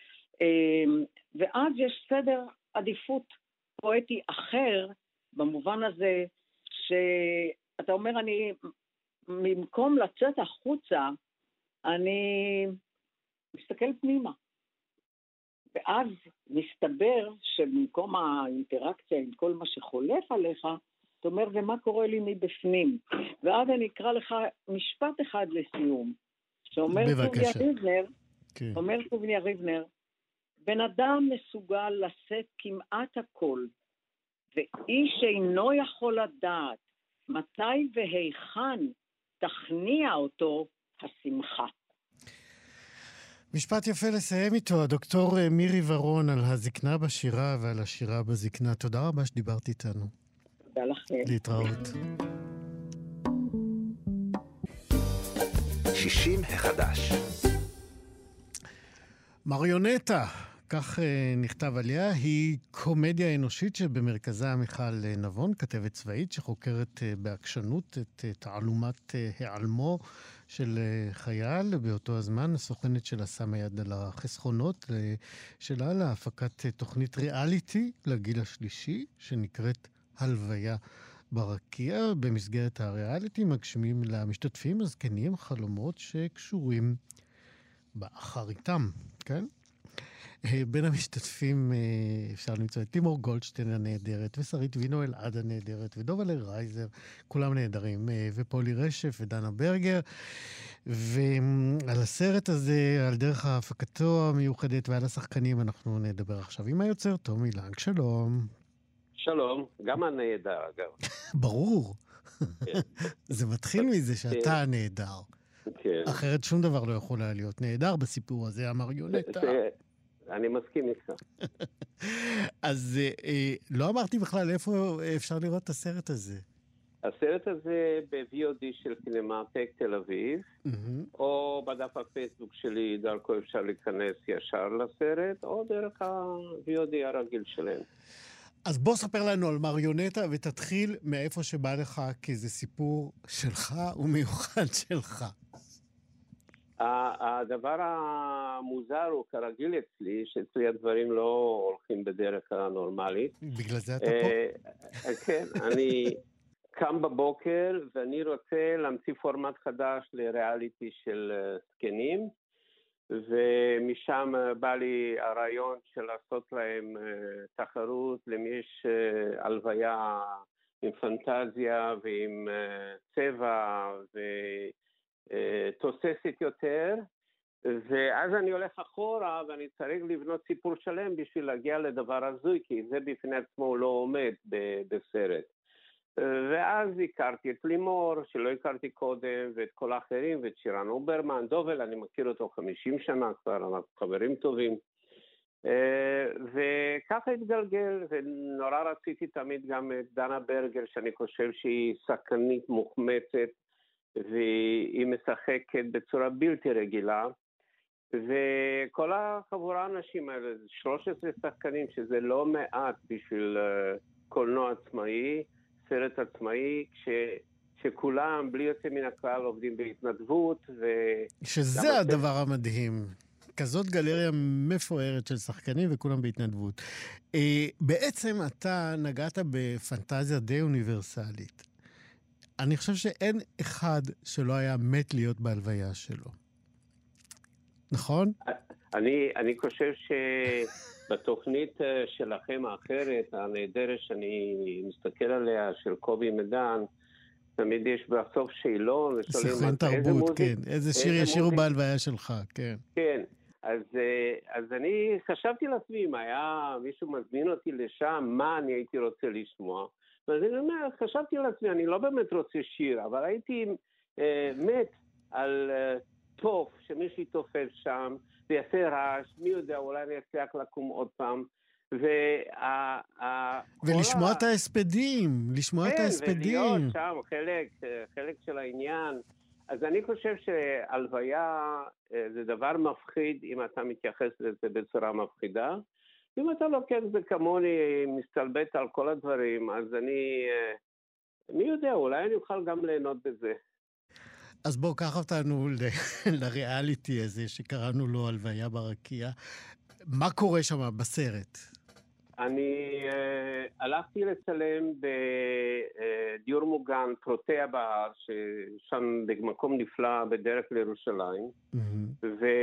ואז יש סדר עדיפות פואטי אחר, במובן הזה שאתה אומר, אני, במקום לצאת החוצה, אני מסתכל פנימה. ואז מסתבר שבמקום האינטראקציה עם כל מה שחולף עליך, אתה אומר, ומה קורה לי מבפנים? ואז אני אקרא לך משפט אחד לסיום, שאומר טוביה ריבנר, כן. אומר טוביה ריבנר, בן אדם מסוגל לשאת כמעט הכל, ואיש אינו יכול לדעת מתי והיכן תכניע אותו השמחה. משפט יפה לסיים איתו, הדוקטור מירי ורון על הזקנה בשירה ועל השירה בזקנה. תודה רבה שדיברת איתנו. תודה לכם. להתראות. שישים החדש. מריונטה, כך נכתב עליה, היא קומדיה אנושית שבמרכזה מיכל נבון, כתבת צבאית שחוקרת בעקשנות את תעלומת העלמו של חייל. באותו הזמן הסוכנת שלה שמה יד על החסכונות שלה להפקת תוכנית ריאליטי לגיל השלישי שנקראת הלוויה ברקיע. במסגרת הריאליטי מגשימים למשתתפים הזקנים חלומות שקשורים באחריתם, כן? בין המשתתפים אפשר למצוא את לימור גולדשטיין הנהדרת, ושרית וינו אלעד הנהדרת, ודובלה רייזר, כולם נהדרים, ופולי רשף ודנה ברגר. ועל הסרט הזה, על דרך ההפקתו המיוחדת ועל השחקנים, אנחנו נדבר עכשיו עם היוצר תומי לנג. שלום. שלום, גם הנהדר אגב. ברור. זה מתחיל מזה שאתה הנהדר. כן. אחרת שום דבר לא יכול להיות נהדר בסיפור הזה, המריונטה. אני מסכים איתך. אז לא אמרתי בכלל איפה אפשר לראות את הסרט הזה. הסרט הזה ב-וי או די של סינמטק תל אביב, או בדף הפייסבוק שלי, דרכו אפשר להיכנס ישר לסרט, או דרך ה-וי או די הרגיל שלהם. אז בוא ספר לנו על מריונטה ותתחיל מאיפה שבא לך, כי זה סיפור שלך ומיוחד שלך. הדבר המוזר הוא כרגיל אצלי, שאצלי הדברים לא הולכים בדרך הנורמלית. בגלל זה אתה פה? כן, אני קם בבוקר ואני רוצה להמציא פורמט חדש לריאליטי של זקנים, ומשם בא לי הרעיון של לעשות להם תחרות למי יש הלוויה עם פנטזיה ועם צבע ו... תוססת יותר, ואז אני הולך אחורה ואני צריך לבנות סיפור שלם בשביל להגיע לדבר הזוי, כי זה בפני עצמו לא עומד בסרט. ואז הכרתי את לימור, שלא הכרתי קודם, ואת כל האחרים, ואת שירן אוברמן, דובל, אני מכיר אותו חמישים שנה כבר, אנחנו חברים טובים. וככה התגלגל, ונורא רציתי תמיד גם את דנה ברגר, שאני חושב שהיא שחקנית מוחמצת, והיא משחקת בצורה בלתי רגילה, וכל החבורה האנשים האלה, שלושה עשר שחקנים, שזה לא מעט בשביל קולנוע עצמאי, סרט עצמאי, כש... שכולם, בלי יוצא מן הכלל, עובדים בהתנדבות. ו... שזה הדבר המדהים. כזאת גלריה מפוארת של שחקנים וכולם בהתנדבות. בעצם אתה נגעת בפנטזיה די אוניברסלית. אני חושב שאין אחד שלא היה מת להיות בהלוויה שלו. נכון? אני, אני חושב שבתוכנית שלכם האחרת, הנהדרת שאני מסתכל עליה, של קובי מדן, תמיד יש בסוף שאלון, סכרין תרבות, כן. איזה שיר ישירו בהלוויה שלך, כן. כן. אז, אז אני חשבתי לעצמי, אם היה מישהו מזמין אותי לשם, מה אני הייתי רוצה לשמוע. אז אני אומר, חשבתי לעצמי, אני לא באמת רוצה שיר, אבל הייתי אה, מת על אה, טוף, שמישהו תופף שם, ויעשה רעש, מי יודע, אולי אני אצליח לקום עוד פעם. וה, ה, ולשמוע ה... את ההספדים, לשמוע כן, את ההספדים. ולהיות שם חלק, חלק של העניין. אז אני חושב שהלוויה זה דבר מפחיד אם אתה מתייחס לזה בצורה מפחידה. אם אתה לוקח את זה כמוני, מסתלבט על כל הדברים, אז אני, מי יודע, אולי אני אוכל גם ליהנות בזה. אז בואו, קח אותנו ל- לריאליטי הזה שקראנו לו הלוויה ברקיע. מה קורה שם בסרט? אני uh, הלכתי לצלם בדיור מוגן, פרוטיה בהר, ששם במקום נפלא בדרך לירושלים, mm-hmm.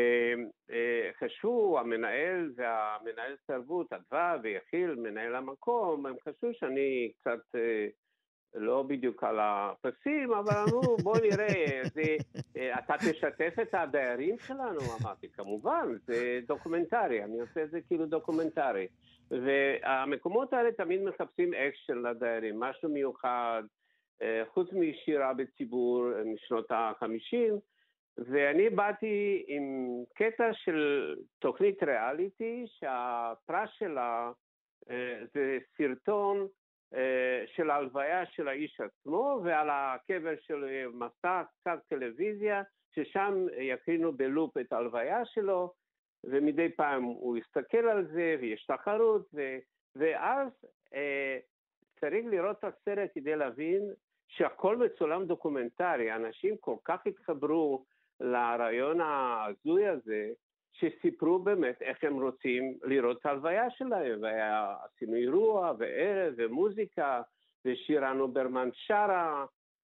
וחשבו המנהל והמנהל תרבות, אדווה ויחיל, מנהל המקום, הם חשבו שאני קצת uh, לא בדיוק על הפסים, אבל אמרו, בוא נראה, זה, uh, אתה תשתף את הדיירים שלנו? אמרתי, כמובן, זה דוקומנטרי, אני עושה את זה כאילו דוקומנטרי. והמקומות האלה תמיד מחפשים אקשן לדיירים, משהו מיוחד, חוץ משירה בציבור משנות ה-חמישים, ואני באתי עם קטע של תוכנית ריאליטי, שהפרס שלה זה סרטון של ההלוויה של האיש עצמו, ועל הקבר של מסע קצת טלוויזיה, ששם יקרינו בלופ את ההלוויה שלו, ומדי פעם הוא יסתכל על זה, ויש תחרות, ו... ואז אה, צריך לראות את הסרט כדי להבין שהכל מצולם דוקומנטרי. אנשים כל כך התחברו לרעיון ההזוי הזה, שסיפרו באמת איך הם רוצים לראות את ההלוויה שלהם, ועשינו אירוע, וערב, ומוזיקה, ושירן אוברמן שרה,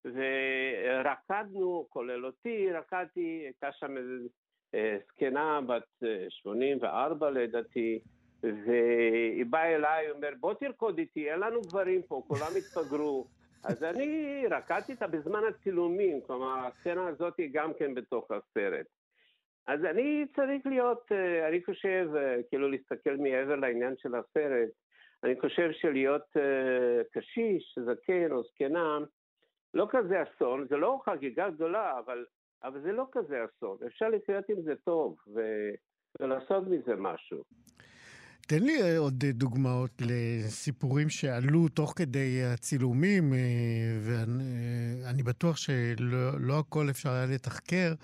ורקדנו, כולל אותי, רקדתי, הייתה שם איזה זקנה בת שמונים וארבע לדעתי, והיא באה אליי, אומר, בוא תרקוד איתי, אין לנו גברים פה, כולם התפגרו. אז אני רקדתי אותה בזמן הצילומים, כלומר, הסצנה הזאת היא גם כן בתוך הסרט. אז אני צריך להיות, אני חושב, כאילו להסתכל מעבר לעניין של הסרט, אני חושב שלהיות קשיש, זקן או זקנה, לא כזה אסון, זה לא חגיגה גדולה, אבל אבל זה לא כזה אסון. אפשר לחיות עם זה טוב ו... ולעשות מזה משהו. תן לי עוד דוגמאות לסיפורים שעלו תוך כדי הצילומים, ואני בטוח שלא לא הכל אפשר היה לתחקר,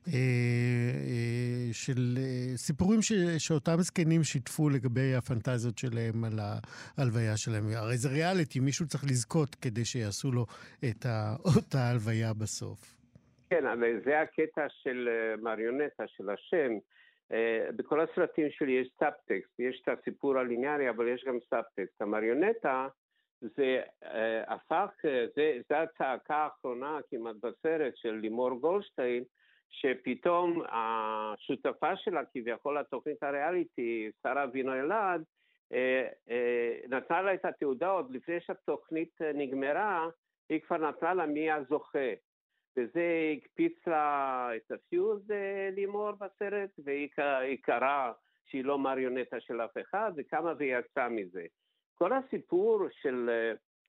של סיפורים ש... שאותם זקנים שיתפו לגבי הפנטזיות שלהם על ההלוויה שלהם. הרי זה ריאליטי, מישהו צריך לזכות כדי שיעשו לו את ה... אותה ההלוויה בסוף. כן, אבל זה הקטע של מריונטה, של השם. בכל הסרטים שלי יש סאבטקסט, יש את הסיפור הליניארי, אבל יש גם סאבטקסט. המריונטה זה הפך, זה, זה הצעקה האחרונה כמעט בסרט של לימור גולדשטיין, שפתאום השותפה שלה, כביכול התוכנית הריאליטי, שרה וינו אלעד, נתנה לה את התעודה עוד לפני שהתוכנית נגמרה, היא כבר נתנה לה מי הזוכה. וזה הקפיץ לה את הפיוז לימור בסרט, והיא קראה שהיא לא מריונטה של אף אחד, וכמה והיא יצאה מזה. כל הסיפור של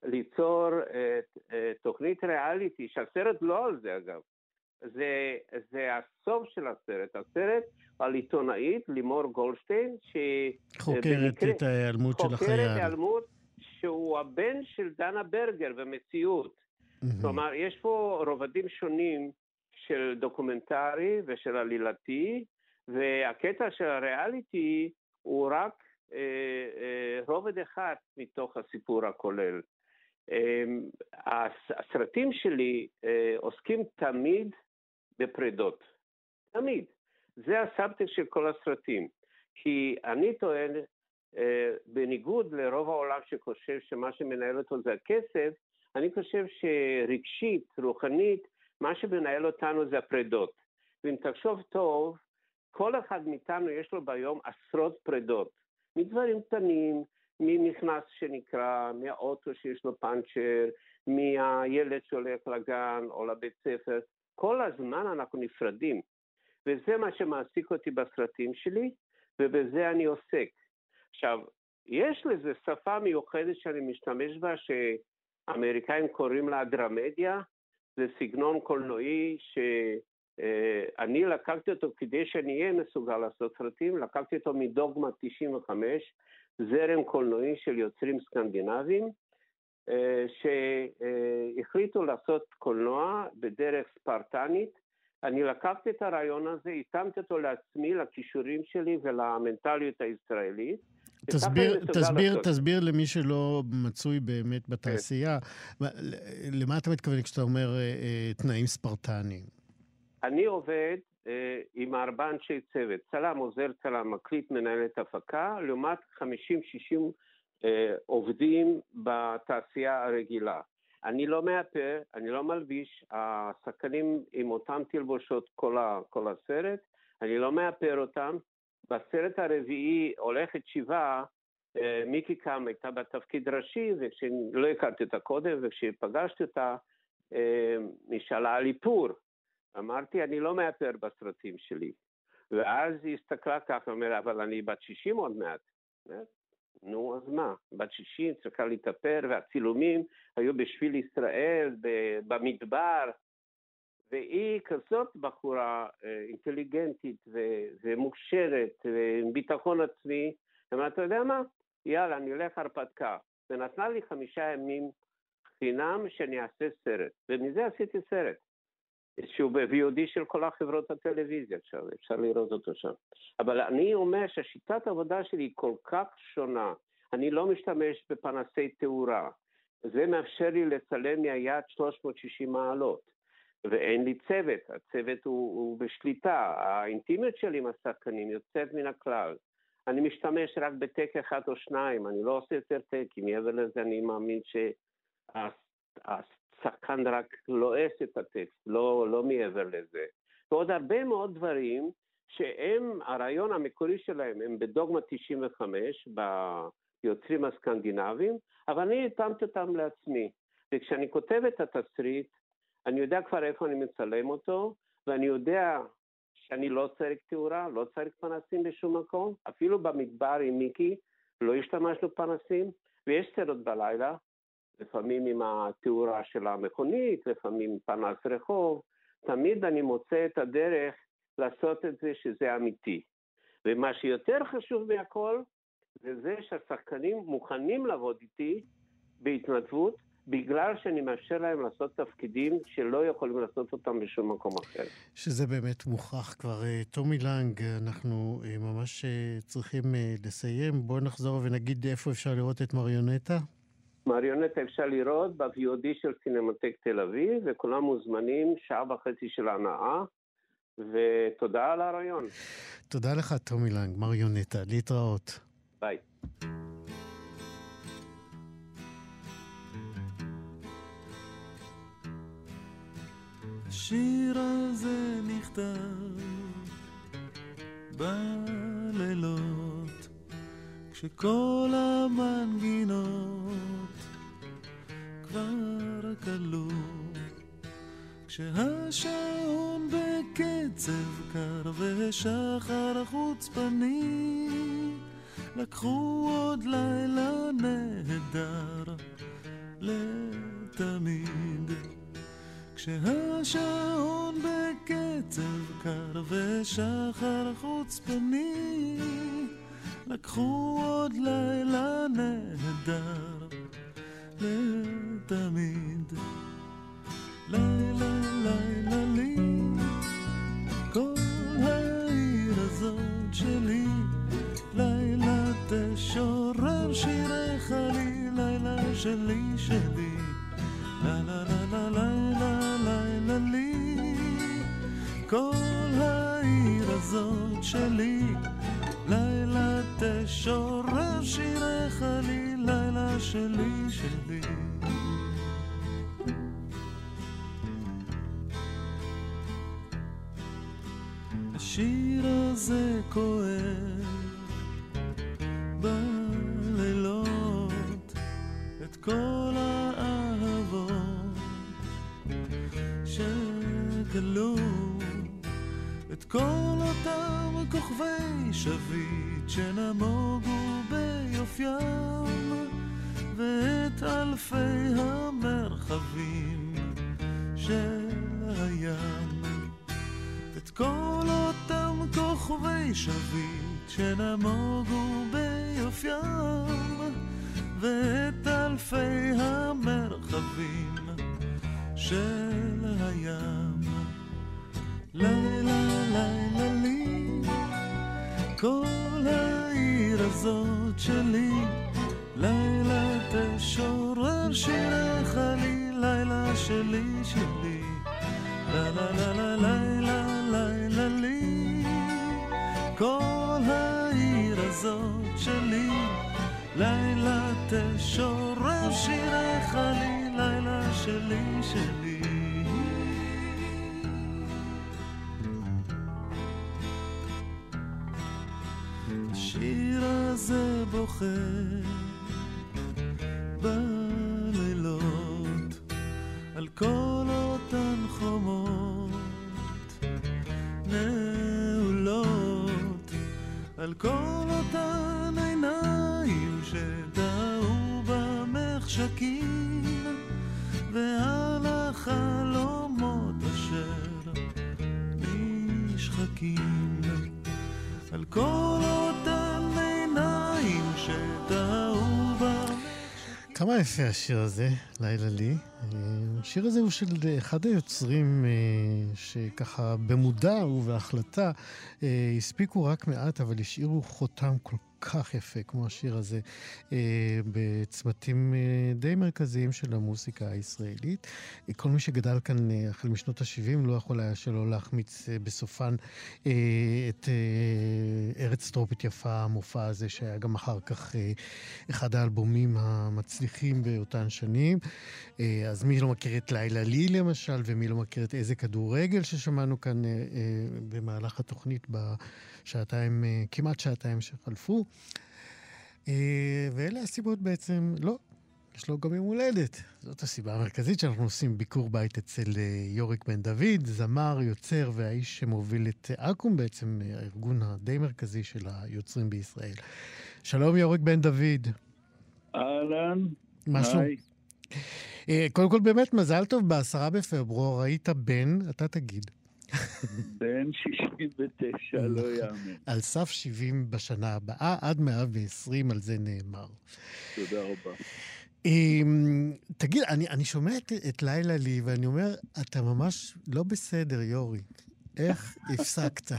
ליצור תוכנית ריאליטי, שהסרט לא על זה אגב, זה, זה הסוף של הסרט, הסרט על עיתונאית לימור גולדשטיין, חוקרת במקרה, את ההיעלמות של החייל. חוקרת ההיעלמות שהוא הבן של דנה ברגר במציאות. Mm-hmm. כלומר, יש פה רובדים שונים של דוקומנטרי ושל עלילתי, והקטע של הריאליטי הוא רק אה, אה, רובד אחד מתוך הסיפור הכולל. אה, הסרטים שלי אה, עוסקים תמיד בפרידות. תמיד. זה הסאבטקסט של כל הסרטים. כי אני טוען, אה, בניגוד לרוב העולם שחושב שמה שמנהל אותו זה הכסף, אני חושב שרגשית, רוחנית, מה שמנהל אותנו זה הפרידות. ואם תחשוב טוב, כל אחד מאיתנו יש לו ביום עשרות פרידות. מדברים קטנים, ממכנס שנקרא, מהאוטו שיש לו פאנצ'ר, מהילד שהולך לגן או לבית ספר. כל הזמן אנחנו נפרדים. וזה מה שמעסיק אותי בסרטים שלי, ובזה אני עוסק. עכשיו, יש לזה שפה מיוחדת שאני משתמש בה, שהאמריקאים קוראים לה דרמדיה, זה סגנון קולנועי שאני לקחתי אותו כדי שאני אהיה מסוגל לעשות סרטים, לקחתי אותו מדוגמה תשעים וחמש, זרם קולנועי של יוצרים סקנדינביים, שהחליטו לעשות קולנוע בדרך ספרטנית. אני לקחתי את הרעיון הזה, התאמתי אותו לעצמי, לכישורים שלי ולמנטליות הישראלית. תסביר, תסביר, תסביר למי שלא מצוי באמת בתעשייה, למה אתה מתכוון כשאתה אומר תנאים ספרטניים? אני עובד עם ארבעה אנשי צוות, צלם, עוזר צלם, מקליט, מנהלת הפקה, לעומת חמישים שישים עובדים בתעשייה הרגילה. אני לא מאפר, אני לא מלביש, השחקנים עם אותם תלבושות כל, ה, כל הסרט, אני לא מאפר אותם. בסרט הרביעי הולכת שבעה, מיקי קם הייתה בתפקיד ראשי, וכשלא הכרתי אותה קודם, וכשפגשתי אותה, נשאלה על איפור. אמרתי, אני לא מאפר בסרטים שלי. ואז היא הסתכלה ככה, אומרת, אבל אני בת שישים עוד מעט. נו, אז מה? בת שישים צריכה להתאפר, והצילומים היו בשביל ישראל, במדבר, והיא כזאת בחורה אינטליגנטית ו- ומוכשרת, עם ביטחון עצמי, אמרת, אתה יודע מה? יאללה, אני הולך הרפתקה. ונתנה לי חמישה ימים חינם שאני אעשה סרט, ומזה עשיתי סרט. שהוא ב-וי או די של כל החברות הטלוויזיה, עכשיו, אפשר לראות אותו שם. אבל אני אומר שהשיטת העבודה שלי היא כל כך שונה. אני לא משתמש בפנסי תאורה. זה מאפשר לי לצלם מהיד שלוש מאות ושישים מעלות. ואין לי צוות. הצוות הוא, הוא בשליטה. האינטימיות שלי עם השחקנים יוצאת מן הכלל. אני משתמש רק בטק אחד או שניים. אני לא עושה יותר טקים. מעבר לזה אני מאמין שה... שחקן רק לועס את הטקסט, לא, לא מעבר לזה. ועוד הרבה מאוד דברים שהם, הרעיון המקורי שלהם, הם בדוגמה תשעים וחמש, ביוצרים הסקנדינביים, אבל אני התאמתי אותם לעצמי. וכשאני כותב את התסריט, אני יודע כבר איפה אני מצלם אותו, ואני יודע שאני לא צריך תאורה, לא צריך פנסים בשום מקום, אפילו במדבר עם מיקי, לא השתמשנו פנסים, ויש סרט בלילה, לפעמים עם התאורה של המכונית, לפעמים פנס רחוב, תמיד אני מוצא את הדרך לעשות את זה שזה אמיתי. ומה שיותר חשוב מהכל, זה זה שהשחקנים מוכנים לעבוד איתי בהתנדבות, בגלל שאני מאפשר להם לעשות תפקידים שלא יכולים לעשות אותם בשום מקום אחר. שזה באמת מוכח כבר. תומי לנג, אנחנו ממש צריכים לסיים. בואו נחזור ונגיד איפה אפשר לראות את מריונטה. מריונטה אפשר לראות ב-וי או די של סינמטק תל אביב, וכולם מוזמנים, שעה וחצי של הנאה, ותודה על הרעיון. תודה לך, תומי לנג, מריונטה. להתראות. ביי. השיר הזה נכתב בלילות, כשכל המנגינות כבר קלו, כשהשעון בקצב קר ושחר חוצפני לקחו עוד לילה נהדר לתמיד. כשהשעון בקצב קר ושחר חוצפני, לקחו עוד לילה נהדר לתמיד. לילה לילה לי, כל העיר הזאת שלי, לילה תשורר שירך לי, לילה שלי שלי, לילה לילה לילה לילה לי, כל העיר הזאת שלי, לילה תשורר שירך לי, לילה שלי שלי. השיר הזה כואב בלילות את כל האהבות שגלו, את כל אותם כוכבי שביט שנמוגו ביופיים, ואת אלפי המרחבים של הים, את כל אותם כוכבי שביט שנמוגו ביופיים, ואת אלפי המרחבים של הים. לילה לילה לי, כל העיר הזאת שלי, לילה תשורר שירך לי, לילה שלי שלי, לילה לילה לילה לילה לי, כל העיר הזאת שלי, לילה תשורר שירך לי, לילה שלי שלי. השיר הזה בוכה בלילות על כל אותן חומות נעולות, על כל אותן עיניים שדעו במחשכים, ועל החלומות אשר נשחקים, על כל אותן עיניים שדעו במחשכים. כמה יפה השיר הזה, לילה לי. השיר הזה הוא של אחד היוצרים שככה במודע ובהחלטה הספיקו רק מעט, אבל השאירו חותם כל כך יפה, כמו השיר הזה, בצמתים די מרכזיים של המוסיקה הישראלית. כל מי שגדל כאן החל משנות ה-שבעים לא יכול היה שלא להחמיץ בסופן את ארץ טרופית יפה, המופע הזה שהיה גם אחר כך אחד האלבומים המצליחים באותן שנים. אז מי לא מכיר את לילה לי למשל, ומי לא מכיר את איזה כדורגל ששמענו כאן במהלך התוכנית בשעתיים, כמעט שעתיים שחלפו. ואלה הסיבות בעצם, לא, יש לו גם יום הולדת. זאת הסיבה המרכזית שאנחנו עושים ביקור בית אצל יוריק בן דוד, זמר, יוצר והאיש שמוביל את אקו"ם, בעצם הארגון הדי מרכזי של היוצרים בישראל. שלום יוריק בן דוד. אהלן. מה שלום? קודם כל באמת מזל טוב, בעשרה בפברואר היית בן, אתה תגיד. בן שישים ותשע, לא יאמן. על סף שבעים בשנה הבאה, עד מאה ועשרים, על זה נאמר. תודה רבה. תגיד, אני, אני שומע את, את לילה לי, ואני אומר, אתה ממש לא בסדר, יורי. איך הפסקת?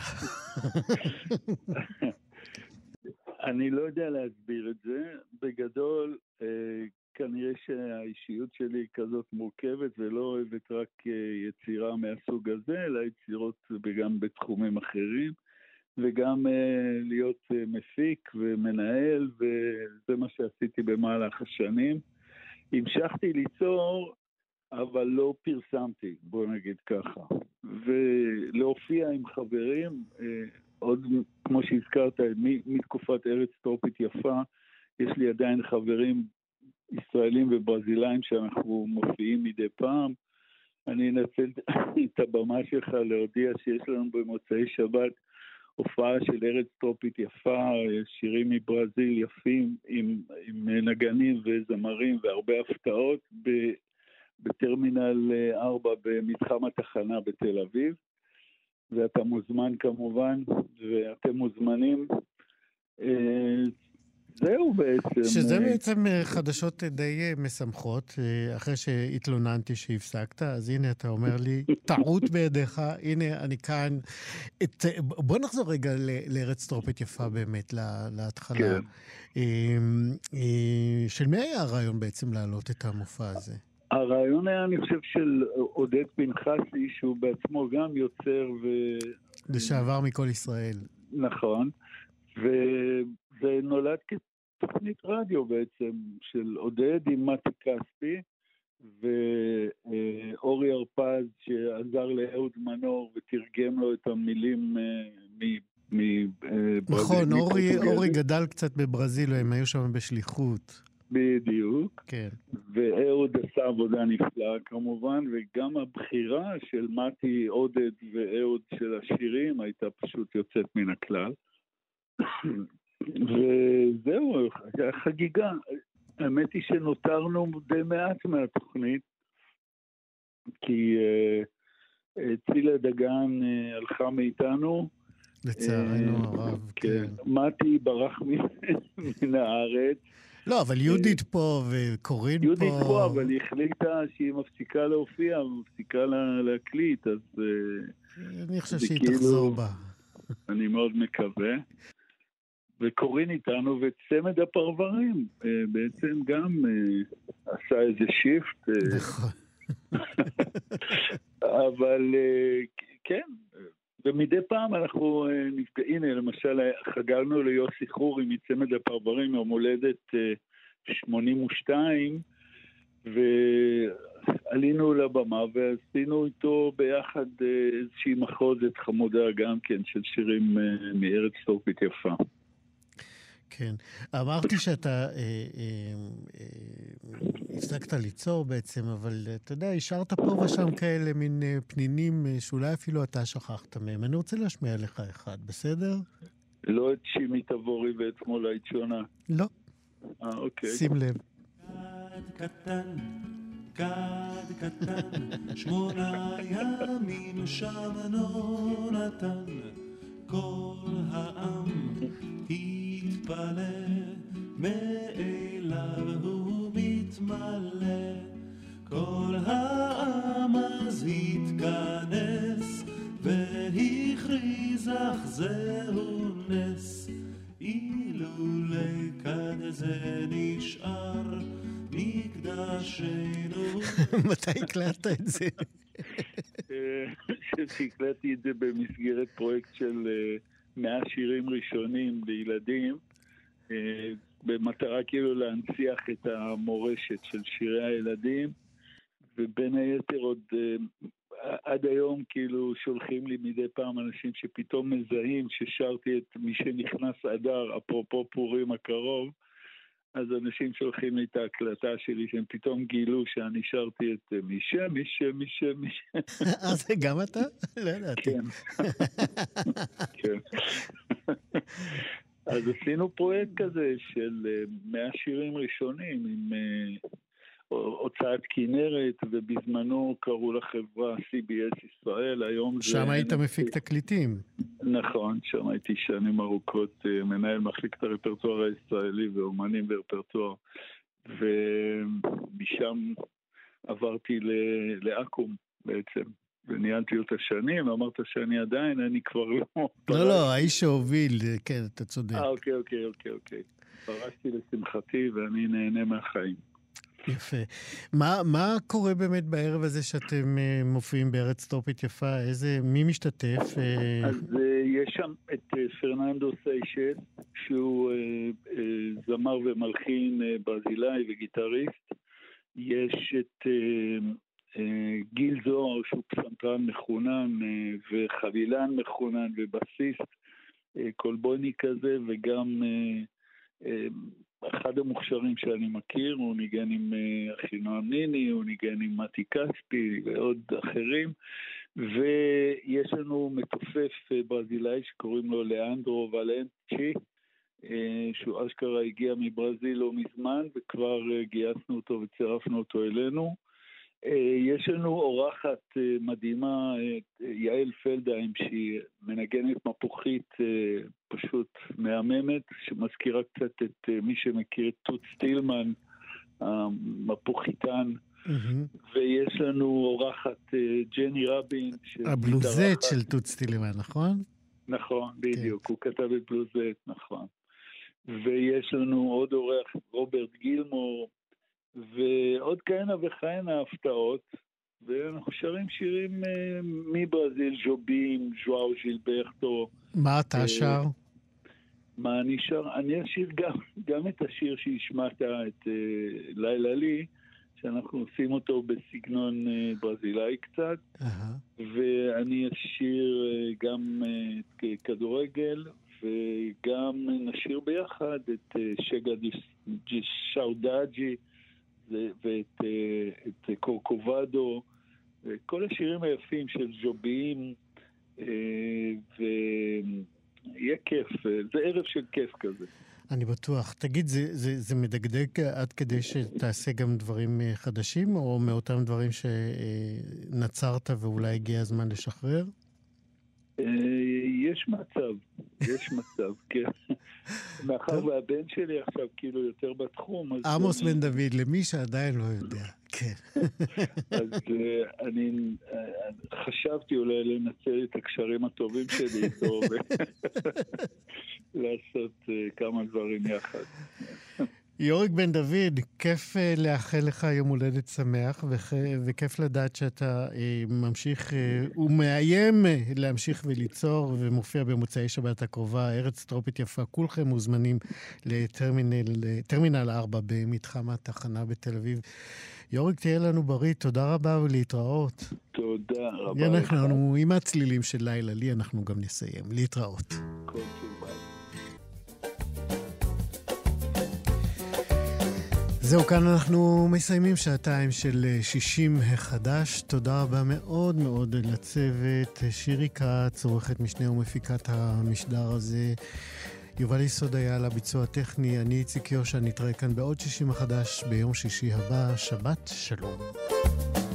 אני לא יודע להסביר את זה. בגדול, כנראה שהאישיות שלי היא כזאת מורכבת, ולא אוהבת רק יצירה מהסוג הזה, אלא יצירות גם בתחומים אחרים, וגם להיות מפיק ומנהל, וזה מה שעשיתי במהלך השנים. המשכתי ליצור, אבל לא פרסמתי, בוא נגיד ככה. ולהופיע עם חברים, עוד כמו שהזכרת, מתקופת ארץ טרופית יפה, יש לי עדיין חברים ישראלים וברזילאים שאנחנו מופיעים מדי פעם. אני אנצל את הבמה שלך להודיע שיש לנו במוצאי שבת הופעה של ארץ טרופית יפה, שירים מברזיל יפים, עם, עם נגנים וזמרים והרבה הפתעות, ב, בטרמינל ארבע במתחם התחנה בתל אביב, ואתה מוזמן כמובן, ואתם מוזמנים. זהו בעצם. שזה בעצם חדשות די משמחות, אחרי שהתלוננתי שהפסקת, אז הנה אתה אומר לי, טעות בידיך, הנה אני כאן. את, בוא נחזור רגע לארץ טרופית יפה באמת, להתחלה. כן. של מי היה הרעיון בעצם להעלות את המופע הזה? הרעיון היה, אני חושב, של עודד פנחסי, שהוא בעצמו גם יוצר ו... לשעבר מכל ישראל. נכון. וזה נולד כתוכנית רדיו בעצם, של עודד עם מתי כספי, ואורי הרפז שעזר לאהוד מנור ותרגם לו את המילים מברזיל. נכון, אורי גדל קצת בברזיל, הם היו שם בשליחות. בדיוק. כן. ואהוד עשה עבודה נפלאה כמובן, וגם הבחירה של מתי, עודד ואהוד של השירים הייתה פשוט יוצאת מן הכלל. וזהו, החגיגה. האמת היא שנותרנו די מעט מהתוכנית, כי צילה דגן הלכה מאיתנו. לצערנו הרב, כן. מתי ברח מן הארץ. לא, אבל יהודית פה וקורין פה. יהודית פה, אבל היא החליטה שהיא מפסיקה להופיע, מפסיקה להקליט, אז... אני חושב שהיא תחזור בה. אני מאוד מקווה. וקורין איתנו, וצמד הפרברים בעצם גם עשה איזה שיפט. נכון. אבל כן, ומדי פעם אנחנו נפגעים, למשל חגגנו ליוסי חורי מצמד הפרברים יום הולדת שמונים ושתיים, ועלינו לבמה ועשינו איתו ביחד איזושהי מחוזת חמודה גם כן של שירים מארץ טרופית יפה. כן, אמרתי שאתה הפסקת ליצור בעצם, אבל אתה יודע, השארת פה ושם כאלה מין פנינים שאולי אפילו אתה שכחת מהם. אני רוצה להשמיע לך אחד, בסדר? לא את שימי תבורי ואת מולאית שונה. לא. אה, אוקיי. שים לב. כד קטן, כד קטן, שמונה ימים שם נתן, כל העם התפלא, מאליו הוא מתמלא, כל העם אז התכנס, והכריז אך זהו נס, אילולי כד זה נשאר מקדשנו. מתי הקלטת את זה? שהקלטתי את זה במסגרת פרויקט של מאה שירים ראשונים לילדים, במטרה כאילו להנציח את המורשת של שירי הילדים, ובין היתר עוד עד היום כאילו שולחים לי מדי פעם אנשים שפתאום מזהים ששרתי את מי שנכנס אדר, אפרופו פורים הקרוב, אז אנשים שולחים לי את ההקלטה שלי, שהם פתאום גילו שאני שרתי את מי שם, מי שם, מי שם, מי שם. אה, זה גם אתה? לא ידעתי. כן. כן. אז עשינו פרויקט כזה של מאה שירים ראשונים עם הוצאת כנרת, ובזמנו קראו לחברה סי בי אס ישראל, היום זה... שם היית מפיק תקליטים. נכון, שם הייתי שנים ארוכות מנהל מחלקת הרפרטואר הישראלי ואומנים ברפרטואר, ומשם עברתי לאקום בעצם, וניהלתי אותה שנים, אמרת שאני עדיין, אני כבר לא... לא, לא, האיש שהוביל, כן, אתה צודק. אה, אוקיי, אוקיי, אוקיי, אוקיי. פרשתי לשמחתי ואני נהנה מהחיים. יפה. מה, מה קורה באמת בערב הזה שאתם uh, מופיעים בארץ טרופית יפה? איזה, מי משתתף? אז uh, יש שם את uh, פרננדו סיישס, שהוא uh, uh, זמר ומלחין uh, ברזילאי וגיטריסט. יש את uh, uh, גיל זוהר, שהוא פסנתרן מחונן uh, וחבילן מחונן ובסיסט, uh, קולבוני כזה, וגם... Uh, uh, אחד המוכשרים שאני מכיר, הוא ניגן עם אחינועם ניני, הוא ניגן עם מתי כספי ועוד אחרים, ויש לנו מתופף ברזילאי שקוראים לו לאנדרו ולנצ'י, שהוא אשכרה הגיע מברזיל לא מזמן, וכבר גייסנו אותו וצירפנו אותו אלינו. יש לנו אורחת מדהימה, יעל פלדהיים, שהיא מנגנת מפוחית פשוט מהממת, שמזכירה קצת את מי שמכיר את טוט סטילמן, המפוחיתן. ויש לנו אורחת ג'ני רבין. הבלוזט של טוט סטילמן, נכון? נכון, בדיוק, הוא כתב את בלוזט, נכון. ויש לנו עוד אורח, רוברט גילמור, ועוד כהנה וכהנה הפתעות, ואנחנו שרים שירים uh, מברזיל, ז'ובים, ז'ואו ז'ילברטו. מה אתה שר? מה אני שר? אני אשיר גם, גם את השיר שהשמעת, את uh, לילה לי, שאנחנו עושים אותו בסגנון uh, ברזילאי קצת, uh-huh. ואני אשיר uh, גם uh, כדורגל, וגם נשיר ביחד את uh, שגה שאודג'י, ואת את קורקובדו, וכל השירים היפים של ז'ובים, ויהיה כיף, זה ערב של כיף כזה. אני בטוח. תגיד, זה, זה, זה מדגדג עד כדי שתעשה גם דברים חדשים, או מאותם דברים שנצרת ואולי הגיע הזמן לשחרר? יש מצב, יש מצב, כן. מאחר והבן שלי עכשיו כאילו יותר בתחום. עמוס בן דוד, למי שעדיין לא יודע, כן. אז אני חשבתי אולי לנצל את הקשרים הטובים שלי איתו, ולעשות כמה דברים יחד. יוריק בן דוד, כיף לאחל לך יום הולדת שמח, וכיף לדעת שאתה ממשיך ומאיים להמשיך וליצור, ומופיע במוצאי שבת הקרובה, ארץ טרופית יפה. כולכם מוזמנים לטרמינל ארבע במתחם התחנה בתל אביב. יוריק, תהיה לנו בריא, תודה רבה ולהתראות. תודה רבה. אנחנו עם הצלילים של לילה לי, אנחנו גם נסיים. להתראות. כל טוב, ביי. זהו, כאן אנחנו מסיימים שעתיים של שישים החדש. תודה רבה מאוד מאוד לצוות. שירי כץ, עורכת משנה ומפיקת המשדר הזה. יובל יסוד היה על הביצוע הטכני. אני איציק יושע, נתראה כאן בעוד שישים החדש ביום שישי הבא. שבת שלום.